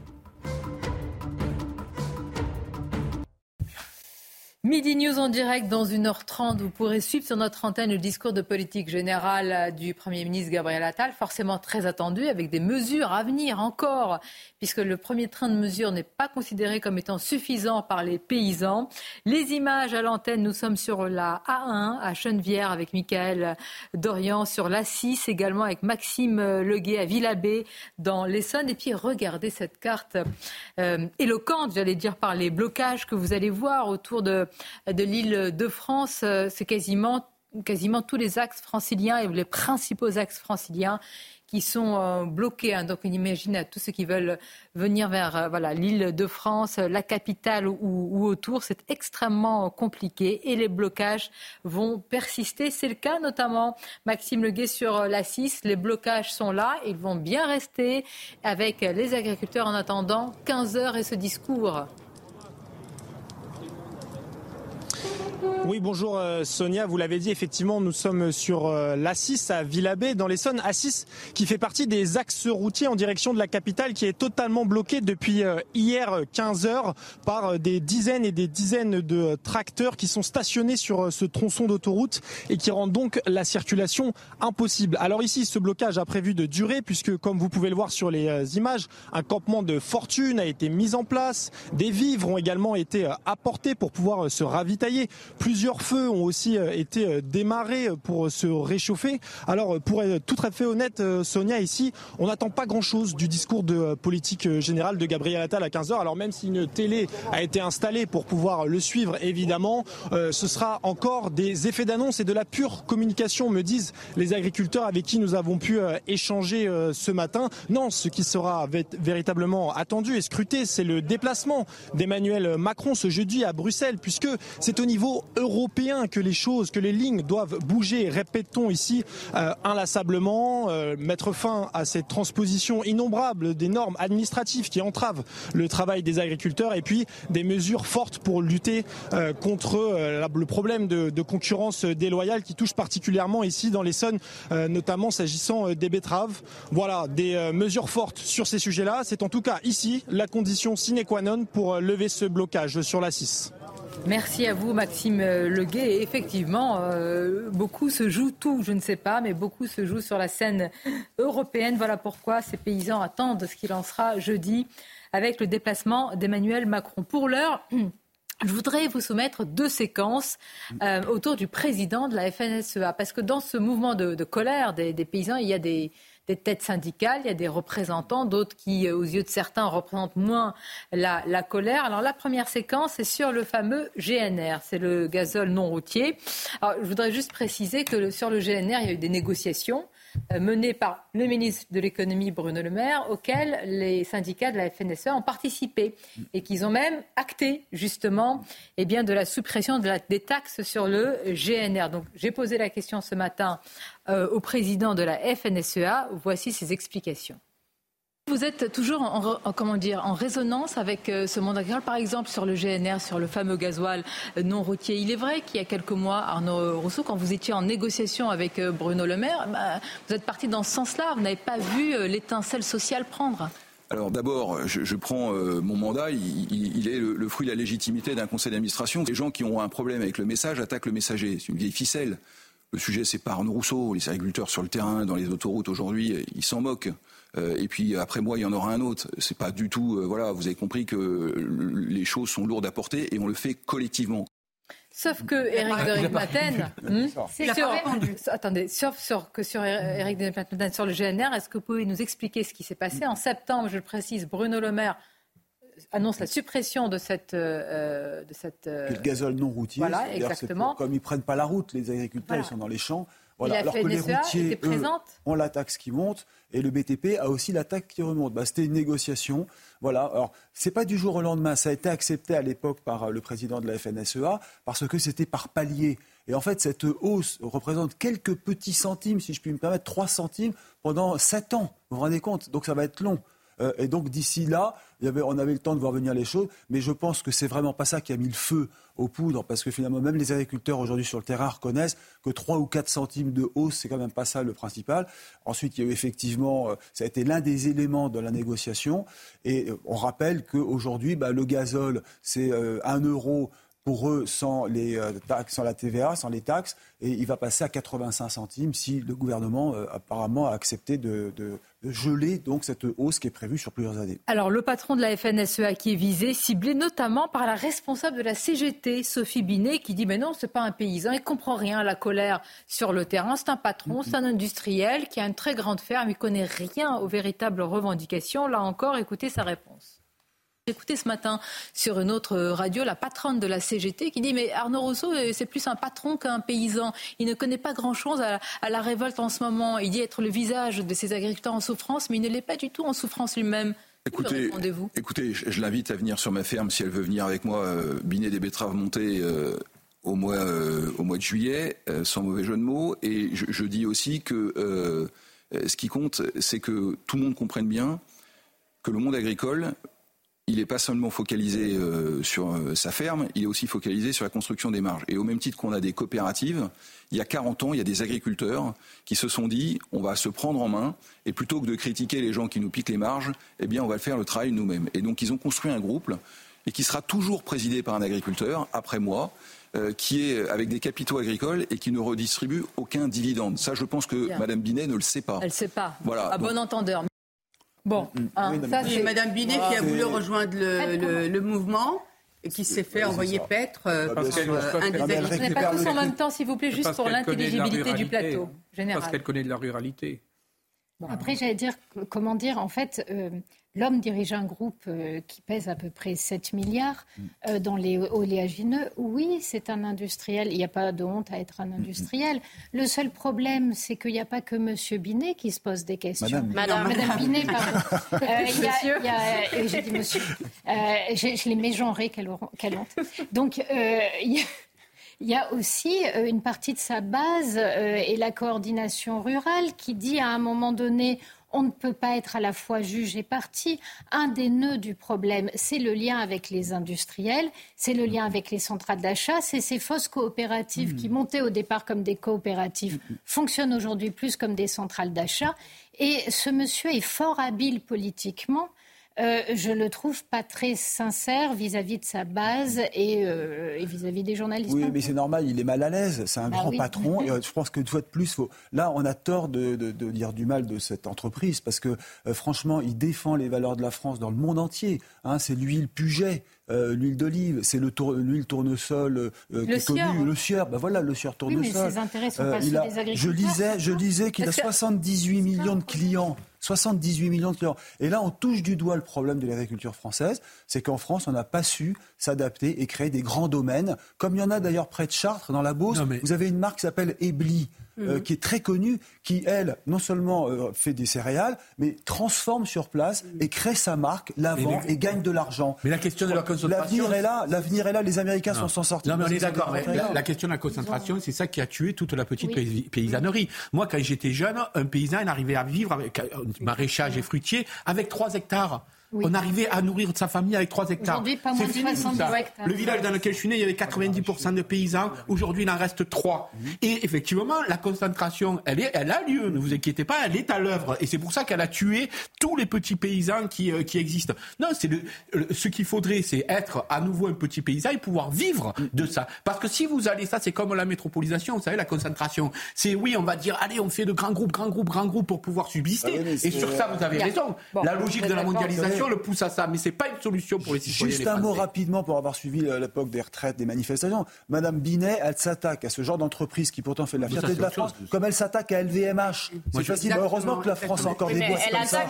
S2: Midi News en direct dans une heure trente. Vous pourrez suivre sur notre antenne le discours de politique générale du Premier ministre Gabriel Attal, forcément très attendu, avec des mesures à venir encore, puisque le premier train de mesures n'est pas considéré comme étant suffisant par les paysans. Les images à l'antenne, nous sommes sur la A un à Chenevière avec Mickaël Dorian, sur l'A six également avec Maxime Leguet à Villabé dans l'Essonne. Et puis regardez cette carte euh, éloquente, j'allais dire, par les blocages que vous allez voir autour de de l'île de France. C'est quasiment, quasiment tous les axes franciliens et les principaux axes franciliens qui sont euh, bloqués. Hein. Donc on imagine à tous ceux qui veulent venir vers euh, voilà, l'île de France, la capitale ou, ou autour, c'est extrêmement compliqué et les blocages vont persister. C'est le cas notamment, Maxime Leguet, sur l'A six. Les blocages sont là, ils vont bien rester avec les agriculteurs en attendant quinze heures et ce discours.
S21: Oui, bonjour euh, Sonia, vous l'avez dit, effectivement, nous sommes sur euh, l'A six à Villabé dans l'Essonne. A six qui fait partie des axes routiers en direction de la capitale qui est totalement bloqué depuis euh, hier quinze heures par euh, des dizaines et des dizaines de euh, tracteurs qui sont stationnés sur euh, ce tronçon d'autoroute et qui rendent donc la circulation impossible. Alors ici, ce blocage a prévu de durer puisque, comme vous pouvez le voir sur les euh, images, un campement de fortune a été mis en place. Des vivres ont également été euh, apportés pour pouvoir euh, se ravitailler. Plusieurs feux ont aussi été démarrés pour se réchauffer. Alors, pour être tout à fait honnête, Sonia, ici, on n'attend pas grand-chose du discours de politique générale de Gabriel Attal à quinze heures. Alors, même si une télé a été installée pour pouvoir le suivre, évidemment, euh, ce sera encore des effets d'annonce et de la pure communication, me disent les agriculteurs avec qui nous avons pu euh, échanger euh, ce matin. Non, ce qui sera v- véritablement attendu et scruté, c'est le déplacement d'Emmanuel Macron ce jeudi à Bruxelles, puisque c'est au niveau européen que les choses, que les lignes doivent bouger. Répétons ici euh, inlassablement, euh, mettre fin à cette transposition innombrable des normes administratives qui entravent le travail des agriculteurs et puis des mesures fortes pour lutter euh, contre euh, la, le problème de, de concurrence déloyale qui touche particulièrement ici dans l'Essonne, euh, notamment s'agissant euh, des betteraves. Voilà, des euh, mesures fortes sur ces sujets-là. C'est en tout cas ici la condition sine qua non pour euh, lever ce blocage sur l'A six.
S2: Merci à vous, Maxime Leguet. Et effectivement, euh, beaucoup se joue, tout, je ne sais pas, mais beaucoup se joue sur la scène européenne. Voilà pourquoi ces paysans attendent ce qu'il en sera jeudi avec le déplacement d'Emmanuel Macron. Pour l'heure, Je voudrais vous soumettre deux séquences euh, autour du président de la F N S E A. Parce que dans ce mouvement de, de colère des, des paysans, il y a des, des têtes syndicales, il y a des représentants, d'autres qui, aux yeux de certains, représentent moins la, la colère. Alors la première séquence, c'est sur le fameux G N R, c'est le gazole non routier. Alors je voudrais juste préciser que le, sur le G N R, il y a eu des négociations menée par le ministre de l'économie Bruno Le Maire, auquel les syndicats de la F N S E A ont participé et qu'ils ont même acté justement eh bien, de la suppression de la, des taxes sur le G N R. Donc j'ai posé la question ce matin euh, au président de la F N S E A. Voici ses explications. Vous êtes toujours en, en, comment dire, en résonance avec euh, ce monde agricole, par exemple sur le G N R, sur le fameux gasoil euh, non routier. Il est vrai qu'il y a quelques mois, Arnaud Rousseau, quand vous étiez en négociation avec euh, Bruno Le Maire, bah, vous êtes parti dans ce sens-là. Vous n'avez pas vu euh, l'étincelle sociale prendre.
S4: Alors d'abord, je, je prends euh, mon mandat, il, il, il est le, le fruit de la légitimité d'un conseil d'administration. Les gens qui ont un problème avec le message attaquent le messager. C'est une vieille ficelle. Le sujet, c'est pas Arnaud Rousseau. Les agriculteurs sur le terrain, dans les autoroutes aujourd'hui, ils s'en moquent. Euh, et puis après moi, il y en aura un autre. C'est pas du tout. Euh, voilà, vous avez compris que les choses sont lourdes à porter et on le fait collectivement.
S2: Sauf que Éric de Rijmaten, hmm, sur, attendez, sauf sur, que sur Éric de Rijmaten sur le G N R, est-ce que vous pouvez nous expliquer ce qui s'est passé en septembre? Je le précise, Bruno Le Maire annonce la suppression de cette... Euh, de cette euh...
S12: le gazole non routier.
S2: Voilà, exactement.
S12: Pour, comme ils ne prennent pas la route, les agriculteurs, voilà. Ils sont dans les champs. Voilà.
S2: Alors que les routiers, eux,
S12: ont la taxe qui monte et le B T P a aussi la taxe qui remonte. Bah, c'était une négociation. Voilà. Alors, c'est pas du jour au lendemain. Ça a été accepté à l'époque par le président de la F N S E A parce que c'était par palier. Et en fait, cette hausse représente quelques petits centimes, si je puis me permettre, trois centimes pendant sept ans. Vous vous rendez compte? Donc ça va être long. Euh, et donc d'ici là, il y avait, on avait le temps de voir venir les choses, mais je pense que c'est vraiment pas ça qui a mis le feu aux poudres, parce que finalement même les agriculteurs aujourd'hui sur le terrain reconnaissent que trois ou quatre centimes de hausse, c'est quand même pas ça le principal. Ensuite, il y a eu effectivement, euh, ça a été l'un des éléments de la négociation, et euh, on rappelle qu'aujourd'hui, bah, le gazole, c'est euh, un euro pour eux sans, les, euh, taxes, sans la T V A, sans les taxes, et il va passer à quatre-vingt-cinq centimes si le gouvernement euh, apparemment a accepté de, de, de geler donc cette hausse qui est prévue sur plusieurs années.
S2: Alors le patron de la F N S E A qui est visé, ciblé notamment par la responsable de la C G T, Sophie Binet, qui dit mais non, c'est pas un paysan, il comprend rien à la colère sur le terrain, c'est un patron, c'est un industriel qui a une très grande ferme, il connaît rien aux véritables revendications. Là encore, écoutez sa réponse. Écoutez ce matin sur une autre radio la patronne de la C G T qui dit mais Arnaud Rousseau c'est plus un patron qu'un paysan. Il ne connaît pas grand-chose à, à la révolte en ce moment. Il dit être le visage de ces agriculteurs en souffrance, mais il ne l'est pas du tout en souffrance lui-même.
S4: Écoutez, écoutez je, je l'invite à venir sur ma ferme si elle veut venir avec moi euh, biner des betteraves montées euh, au, mois, euh, au mois de juillet, euh, sans mauvais jeu de mots. Et je, je dis aussi que euh, ce qui compte, c'est que tout le monde comprenne bien que le monde agricole, il n'est pas seulement focalisé euh, sur euh, sa ferme, il est aussi focalisé sur la construction des marges. Et au même titre qu'on a des coopératives, il y a quarante ans, il y a des agriculteurs qui se sont dit on va se prendre en main et plutôt que de critiquer les gens qui nous piquent les marges, eh bien on va le faire le travail nous-mêmes. Et donc ils ont construit un groupe et qui sera toujours présidé par un agriculteur, après moi, euh, qui est avec des capitaux agricoles et qui ne redistribue aucun dividende. Ça, je pense que bien. Mme Binet ne le sait pas.
S2: Elle ne sait pas,
S4: voilà,
S2: à
S4: donc,
S2: bon entendeur. Bon, hein,
S9: oui,
S2: ça,
S9: oui,
S2: c'est...
S9: Madame Binet qui a voulu rejoindre le, le, le mouvement et qui s'est fait envoyer paître euh, par euh, un des agriculteurs.
S2: On n'est pas tous en même temps, s'il vous plaît, juste pour l'intelligibilité du plateau général.
S3: Parce qu'elle connaît de la ruralité.
S7: Bon, après, j'allais dire, comment dire, en fait, euh, l'homme dirige un groupe euh, qui pèse à peu près sept milliards euh, dans les oléagineux. Oui, c'est un industriel. Il n'y a pas de honte à être un industriel. Le seul problème, c'est qu'il n'y a pas que M. Binet qui se pose des questions.
S12: Madame,
S7: Madame, Madame Binet, pardon. Euh, il y a, il y a, euh, j'ai dit monsieur. Euh, je, je l'ai mégenré, quelle, quelle honte. Donc, euh, il y a... Il y a aussi euh, une partie de sa base euh, et la coordination rurale qui dit à un moment donné on ne peut pas être à la fois juge et partie. Un des nœuds du problème, c'est le lien avec les industriels, c'est le lien avec les centrales d'achat, c'est ces fausses coopératives mmh. qui montaient au départ comme des coopératives, mmh. fonctionnent aujourd'hui plus comme des centrales d'achat. Et ce monsieur est fort habile politiquement Euh, je le trouve pas très sincère vis-à-vis de sa base et, euh, et vis-à-vis des journalistes.
S12: Oui, mais c'est normal, il est mal à l'aise. C'est un
S7: bah
S12: grand
S7: oui.
S12: patron. Et je pense qu'une fois de plus, faut... là, on a tort de, de, de dire du mal de cette entreprise parce que, euh, franchement, il défend les valeurs de la France dans le monde entier. Hein, c'est l'huile Puget. Euh, l'huile d'olive, c'est le tour, l'huile tournesol euh,
S7: le
S12: qui est
S7: sieur.
S12: connu, le sieur. Ben voilà, le sieur tournesol.
S7: Oui, mais ses intérêts sont pas
S12: euh,
S7: ceux
S12: il a,
S7: des agriculteurs.
S12: Je lisais, je lisais qu'il
S7: Est-ce
S12: a soixante-dix-huit millions de clients. soixante-dix-huit millions de clients. Et là, on touche du doigt le problème de l'agriculture française, c'est qu'en France, on n'a pas su s'adapter et créer des grands domaines, comme il y en a d'ailleurs près de Chartres, dans la Beauce. Non, mais... Vous avez une marque qui s'appelle Ebly, mmh. euh, qui est très connue, qui, elle, non seulement euh, fait des céréales, mais transforme sur place et crée sa marque, la vend et gagne de l'argent.
S11: Mais la question de la concentration...
S12: L'avenir est là, l'avenir est là, les Américains non. s'en sortent.
S11: Non, mais on est d'accord. Mais la, la question de la concentration, c'est ça qui a tué toute la petite oui. paysannerie. Moi, quand j'étais jeune, un paysan, il arrivait à vivre avec maraîchage et fruitier avec trois hectares. Oui. On arrivait à nourrir sa famille avec trois hectares.
S7: Aujourd'hui, pas moins de soixante-dix hectares.
S11: Le village dans lequel je suis né, il y avait quatre-vingt-dix pour cent de paysans. Aujourd'hui, il en reste trois. Et effectivement, la concentration, elle, est, elle a lieu. Ne vous inquiétez pas, elle est à l'œuvre. Et c'est pour ça qu'elle a tué tous les petits paysans qui, euh, qui existent. Non, c'est le, le, ce qu'il faudrait, c'est être à nouveau un petit paysan et pouvoir vivre de ça. Parce que si vous allez, ça, c'est comme la métropolisation, vous savez, la concentration. C'est oui, on va dire, allez, on fait de grands groupes, grands groupes, grands groupes pour pouvoir subsister. Ah oui, et sur ça, vous avez Bien. raison. Bon, la logique de la mondialisation le pousse à ça, mais c'est pas une solution pour les citoyens.
S12: Juste un mot rapidement pour avoir suivi l'époque des retraites, des manifestations. Madame Binet, elle s'attaque à ce genre d'entreprise qui pourtant fait de la fierté ça, de la France, chose. Comme elle s'attaque à L V M H. C'est facile. Heureusement que la France a encore des boîtes comme ça.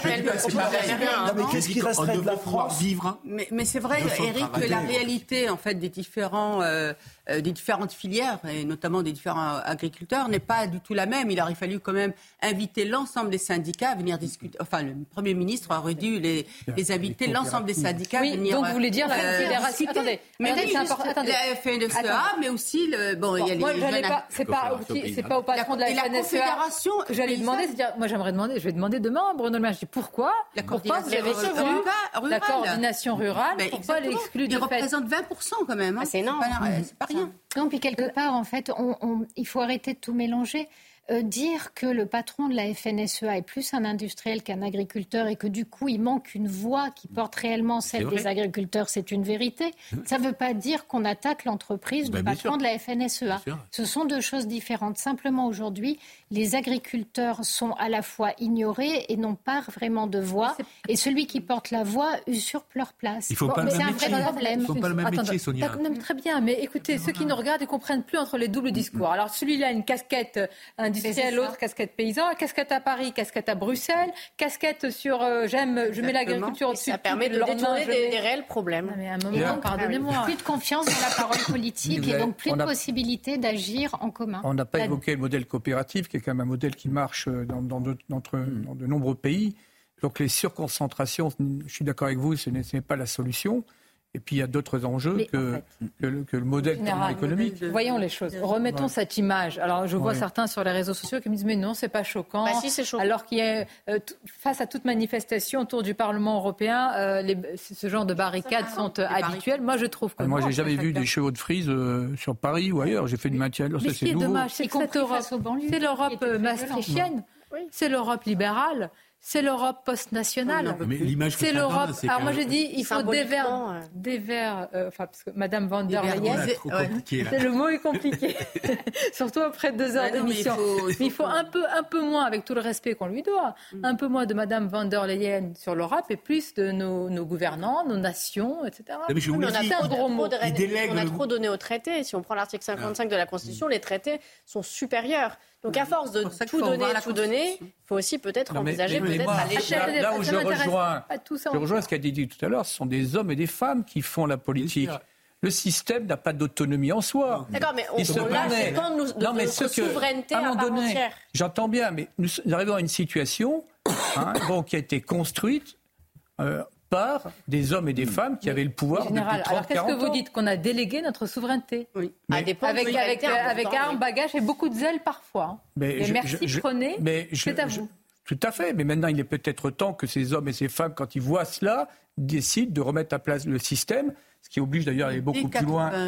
S11: Mais qu'est-ce qui resterait de la France
S9: vivre Mais, mais c'est vrai, Eric, que la réalité en fait des différents euh, des différentes filières et notamment des différents agriculteurs n'est pas du tout la même. Il aurait fallu quand même inviter l'ensemble des syndicats à venir discuter. Enfin, le Premier ministre aurait dû les, les inviter l'ensemble des syndicats
S2: oui,
S9: à venir.
S2: Donc vous voulez dire la
S9: euh,
S2: fédération. Attendez,
S9: mais
S2: attendez,
S9: juste
S2: important, attendez.
S9: La F N S E A, mais aussi le bon, bon il y a
S2: moi,
S9: les
S2: jeunes. Pas, c'est pas c'est pas au patron la, de la F N S E A que j'allais demander. C'est-à-dire, moi j'aimerais demander, je vais demander demain à Bruno Le Maire. Je dis pourquoi
S9: la
S2: pourquoi vous avez exclu la coordination rurale? Pourquoi l'exclut de fait?
S9: Il représente vingt pour cent quand même.
S7: C'est énorme.
S9: C'est pas rien.
S7: Non, puis quelque part, en fait, on, on, il faut arrêter de tout mélanger. Euh, dire que le patron de la F N S E A est plus un industriel qu'un agriculteur et que du coup il manque une voix qui porte réellement celle des agriculteurs, c'est une vérité. Ça ne veut pas dire qu'on attaque l'entreprise ben, du patron sûr. de la F N S E A. Ce sont deux choses différentes. Simplement aujourd'hui, les agriculteurs sont à la fois ignorés et n'ont pas vraiment de voix. Et celui qui porte la voix usurpe leur place.
S11: Il faut bon, pas
S7: mais
S11: le
S7: c'est
S11: même
S7: un vrai
S11: métier.
S7: problème.
S11: Il faut pas le même métier, Sonia.
S2: Non, très bien, mais écoutez, ceux qui nous regardent ne comprennent plus entre les doubles discours. Alors celui-là a une casquette industrielle, l'autre casquette paysan, casquette à Paris, casquette à Bruxelles, casquette sur euh, j'aime, je mets l'agriculture au-dessus.
S8: Ça permet de détourner des, des réels problèmes.
S7: Non, mais à un moment, pardonnez-moi. Plus de confiance dans la parole politique et donc plus de a... possibilité d'agir en commun.
S3: On n'a pas la... évoqué le modèle coopératif, qui est quand même un modèle qui marche dans, dans, de, dans, dans de nombreux pays. Donc les surconcentrations, je suis d'accord avec vous, ce n'est, ce n'est pas la solution. Et puis il y a d'autres enjeux que, en fait, que, le, que le modèle général, économique.
S2: De... Voyons les choses. Remettons ouais. cette image. Alors je vois ouais. certains sur les réseaux sociaux qui me disent mais non, c'est pas choquant.
S8: Bah, si, c'est choquant.
S2: Alors qu'il y a euh, t- face à toute manifestation autour du Parlement européen, euh, les, ce genre de barricades ça, sont euh, habituelles. Moi je trouve que
S3: moi
S2: non,
S3: j'ai jamais vu des chevaux de frise euh, sur Paris ou ailleurs. J'ai fait du maintien.
S2: Mais
S3: c'est,
S2: ce qui est
S3: nouveau.
S2: dommage, c'est que cette Europe, c'est l'Europe maastrichtienne, oui. c'est l'Europe libérale. C'est l'Europe post-nationale.
S11: Mais l'image
S2: c'est
S11: que
S2: l'Europe.
S11: donne, c'est
S2: alors moi je dis, il faut des vers,
S8: euh...
S2: des vers. Euh, enfin parce que Madame van der Leyen,
S11: c'est,
S2: c'est le mot est compliqué, surtout après deux heures ouais, d'émission. Mais il faut, il faut, mais il faut un peu, un peu moins, avec tout le respect qu'on lui doit, mm. un peu moins de Madame van der Leyen sur l'Europe et plus de nos, nos gouvernants, nos nations, et cetera.
S8: Mais on, a trop, gros mot. De, on a trop donné aux traités. Si on prend l'article cinquante-cinq de la Constitution, les traités sont supérieurs. Donc à force de tout donner, tout donner, il faut aussi peut-être non, mais, envisager mais, mais peut-être moi, à l'échelle.
S3: Là, là où je rejoins, je rejoins ce qu'a dit tout à l'heure, ce sont des hommes et des femmes qui font la politique. Le système n'a pas d'autonomie en soi.
S8: D'accord, mais on, on là, c'est quand nous, de, non, mais notre souveraineté à, à part donné, entière.
S3: J'entends bien, mais nous, nous arrivons à une situation hein, bon, qui a été construite euh, par des hommes et des femmes qui avaient le pouvoir
S2: général,
S3: depuis trente,
S2: alors qu'est-ce que vous
S3: ans.
S2: dites qu'on a délégué notre souveraineté
S8: oui.
S2: Mais, avec avec, avec, avec armes, bagages et beaucoup de zèle parfois.
S3: Mais
S2: et
S3: je,
S2: merci,
S3: je,
S2: prenez,
S3: mais je, c'est à vous. Je, tout à fait, mais maintenant il est peut-être temps que ces hommes et ces femmes, quand ils voient cela, décident de remettre à place le système, ce qui oblige d'ailleurs à aller beaucoup plus loin.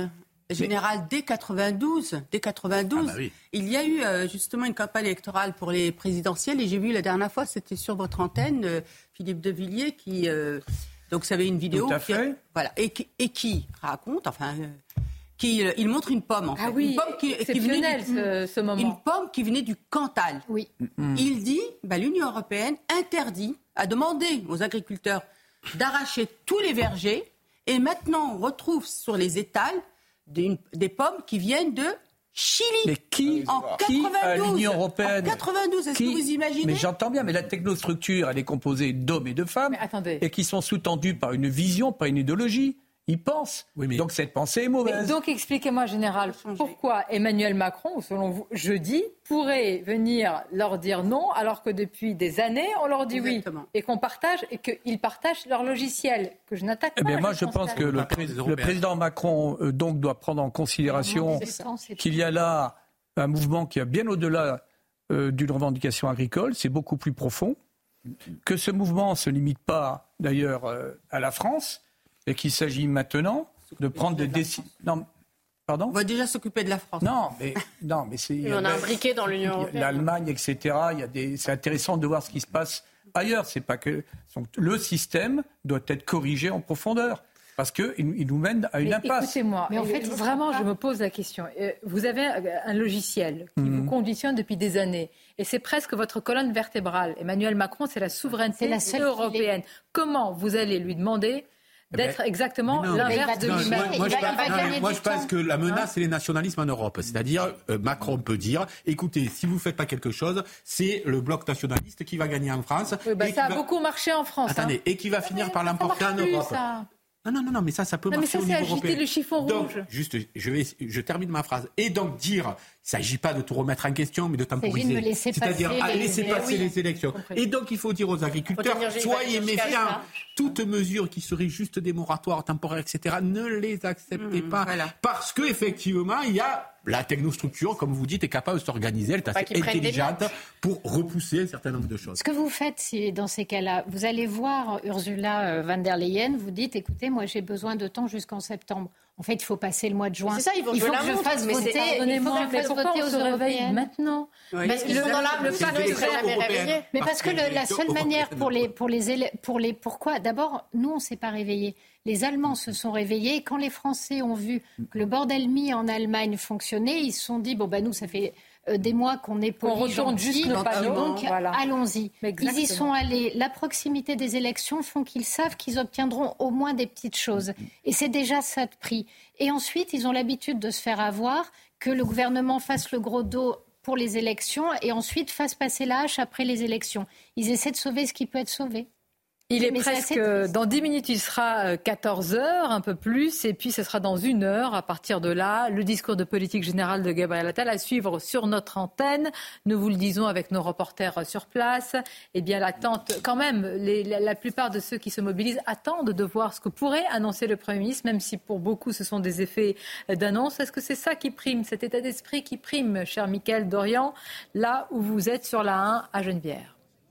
S9: Général, dès quatre-vingt-douze, dès quatre-vingt-douze, ah bah oui. il y a eu euh, justement une campagne électorale pour les présidentielles et j'ai vu la dernière fois, c'était sur votre antenne, euh, Philippe de Villiers qui, euh, donc ça avait une vidéo,
S3: Tout à
S9: qui,
S3: fait.
S9: voilà, et, et qui raconte, enfin, euh, qui, euh, il montre une pomme en fait,
S2: ah oui,
S9: une pomme qui,
S2: exceptionnel
S9: qui venait du,
S2: ce, ce moment,
S9: une pomme qui venait du Cantal.
S2: Oui.
S9: Mm-hmm. Il dit, bah, l'Union européenne interdit, a demandé aux agriculteurs d'arracher tous les vergers et maintenant on retrouve sur les étals Des, des pommes qui viennent de Chili.
S1: Mais qui,
S9: en
S1: qui
S9: quatre-vingt-douze,
S1: à l'Union européenne
S9: en quatre-vingt-douze, est-ce
S1: qui,
S9: que vous imaginez?
S1: Mais j'entends bien, mais la technostructure, elle est composée d'hommes et de femmes et qui sont sous-tendus par une vision, par une idéologie. Ils pensent. Oui, mais... Donc cette pensée est mauvaise.
S2: Mais donc expliquez-moi, Général, pourquoi Emmanuel Macron, selon vous, jeudi, pourrait venir leur dire non, alors que depuis des années, on leur dit Exactement. oui, et qu'on partage, et qu'ils partagent leur logiciel, que je n'attaque pas.
S1: Eh bien, moi, je pense que le, pré- le président Macron euh, donc doit prendre en considération qu'il y a là un mouvement qui est bien au-delà euh, d'une revendication agricole, c'est beaucoup plus profond, que ce mouvement ne se limite pas, d'ailleurs, euh, à la France, et qu'il s'agit maintenant de prendre des décisions. Non, pardon ?
S9: On va déjà s'occuper de la France.
S1: Non, mais non, mais c'est.
S8: On a un briquet dans l'Union européenne.
S1: L'Allemagne, et cetera. Il y a des. C'est intéressant de voir ce qui se passe ailleurs. C'est pas que donc, le système doit être corrigé en profondeur. Parce qu'il il nous mène à une
S2: mais
S1: impasse.
S2: Écoutez-moi, mais en fait, vraiment, je me pose la question. Vous avez un logiciel qui mmh. vous conditionne depuis des années. Et c'est presque votre colonne vertébrale. Emmanuel Macron, c'est la souveraineté c'est la européenne. Comment vous allez lui demander d'être ben, exactement non, l'inverse de lui-même.
S11: Moi, moi, je, non, moi je pense que la menace, hein c'est les nationalismes en Europe. C'est-à-dire, euh, Macron peut dire, écoutez, si vous ne faites pas quelque chose, c'est le bloc nationaliste qui va gagner en France.
S2: Oui, bah,
S11: et
S2: ça a
S11: va...
S2: beaucoup marché en France.
S11: Attendez,
S2: hein.
S11: et qui va finir par l'emporter en Europe.
S2: Ça.
S11: Non, non, non, non, mais ça, ça peut
S2: non,
S11: marcher
S2: mais ça,
S11: au niveau
S2: c'est
S11: européen.
S2: Le chiffon
S11: donc,
S2: rouge.
S11: juste, je, vais, je termine ma phrase. Et donc dire, il ne s'agit pas de tout remettre en question, mais de temporiser. C'est-à-dire à laisser passer les élections. Et donc, il faut dire aux agriculteurs, soyez méfiants. Toutes mesures qui seraient juste des moratoires temporaires, et cetera, ne les acceptez mmh, pas. Voilà. Parce qu'effectivement, il y a la technostructure, comme vous dites, est capable de s'organiser, elle est assez intelligente pour repousser un certain nombre de choses.
S7: Ce que vous faites si, dans ces cas-là, vous allez voir Ursula von der Leyen, vous dites, écoutez, moi j'ai besoin de temps jusqu'en septembre. En fait, il faut passer le mois de juin.
S8: C'est ça, ils vont
S7: il faut
S8: jouer
S7: que
S8: la
S7: je
S8: montre,
S7: fasse
S8: mais
S7: voter,
S8: c'est...
S7: il faut que je fasse voter aux européennes
S2: maintenant.
S8: Oui. Parce qu'ils sont dans la... Le pacte ne serait jamais réveillé.
S7: Mais parce que le, la seule manière pour les... Pour les, pour les pourquoi D'abord, nous, on ne s'est pas réveillés. Les Allemands se sont réveillés. Quand les Français ont vu que le bordel mis en Allemagne fonctionnait, ils se sont dit, bon, bah nous, ça fait... des mois qu'on est poli,
S2: on retourne juste le panneau,
S7: donc
S2: voilà.
S7: allons-y.
S2: Exactement.
S7: Ils y sont allés. La proximité des élections font qu'ils savent qu'ils obtiendront au moins des petites choses. Et c'est déjà ça de prix. Et ensuite, ils ont l'habitude de se faire avoir, que le gouvernement fasse le gros dos pour les élections et ensuite fasse passer la hache après les élections. Ils essaient de sauver ce qui peut être sauvé.
S2: Il est Mais presque, dans dix minutes, il sera quatorze heures, un peu plus, et puis ce sera dans une heure, à partir de là, le discours de politique générale de Gabriel Attal à suivre sur notre antenne. Nous vous le disons avec nos reporters sur place. Eh bien, l'attente, quand même, les, la, la plupart de ceux qui se mobilisent attendent de voir ce que pourrait annoncer le Premier ministre, même si pour beaucoup ce sont des effets d'annonce. Est-ce que c'est ça qui prime, cet état d'esprit qui prime, cher Mickaël Dorian, là où vous êtes sur la un à Geneviève?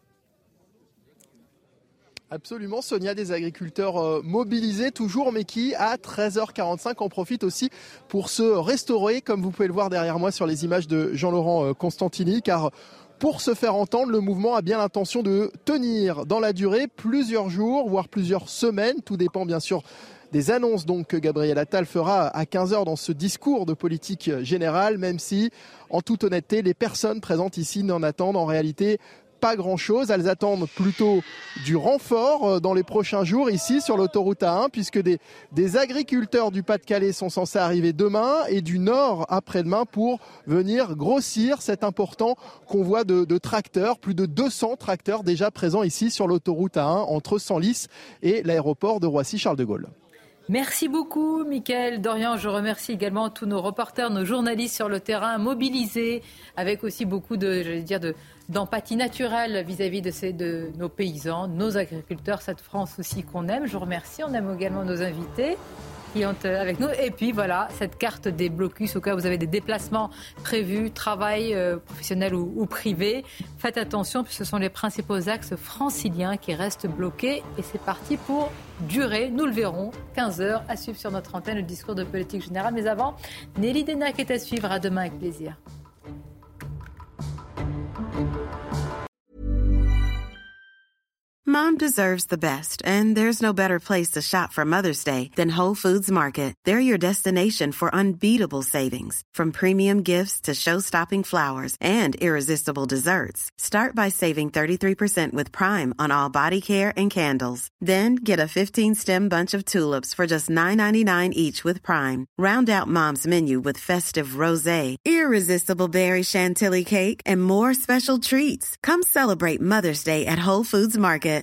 S16: Absolument, Sonia, des agriculteurs euh, mobilisés toujours, mais qui, à treize heures quarante-cinq, en profitent aussi pour se restaurer, comme vous pouvez le voir derrière moi sur les images de Jean-Laurent euh, Constantini, car pour se faire entendre, le mouvement a bien l'intention de tenir dans la durée plusieurs jours, voire plusieurs semaines. Tout dépend bien sûr des annonces donc, que Gabriel Attal fera à quinze heures dans ce discours de politique générale, même si, en toute honnêteté, les personnes présentes ici n'en attendent en réalité pas grand-chose. Elles attendent plutôt du renfort dans les prochains jours ici sur l'autoroute A un, puisque des, des agriculteurs du Pas-de-Calais sont censés arriver demain et du Nord après-demain pour venir grossir cet important convoi de, de tracteurs. Plus de deux cents tracteurs déjà présents ici sur l'autoroute A un entre Senlis et l'aéroport de Roissy-Charles de Gaulle.
S2: Merci beaucoup, Mickaël Dorian. Je remercie également tous nos reporters, nos journalistes sur le terrain, mobilisés, avec aussi beaucoup de, j'allais dire, de, d'empathie naturelle vis-à-vis de, ces, de nos paysans, nos agriculteurs, cette France aussi qu'on aime. Je vous remercie. On aime également nos invités. qui ont avec nous. Et puis voilà, cette carte des blocus au cas où vous avez des déplacements prévus, travail euh, professionnel ou, ou privé. Faites attention, puisque ce sont les principaux axes franciliens qui restent bloqués. Et c'est parti pour durer, nous le verrons, quinze heures à suivre sur notre antenne, le discours de politique générale. Mais avant, Nelly Denac est à suivre. À demain avec plaisir.
S6: Mom deserves the best, and there's no better place to shop for Mother's Day than Whole Foods Market. They're your destination for unbeatable savings, from premium gifts to show-stopping flowers and irresistible desserts. Start by saving thirty-three percent with Prime on all body care and candles. Then get a fifteen-stem bunch of tulips for just nine ninety-nine each with Prime. Round out Mom's menu with festive rosé, irresistible berry chantilly cake, and more special treats. Come celebrate Mother's Day at Whole Foods Market.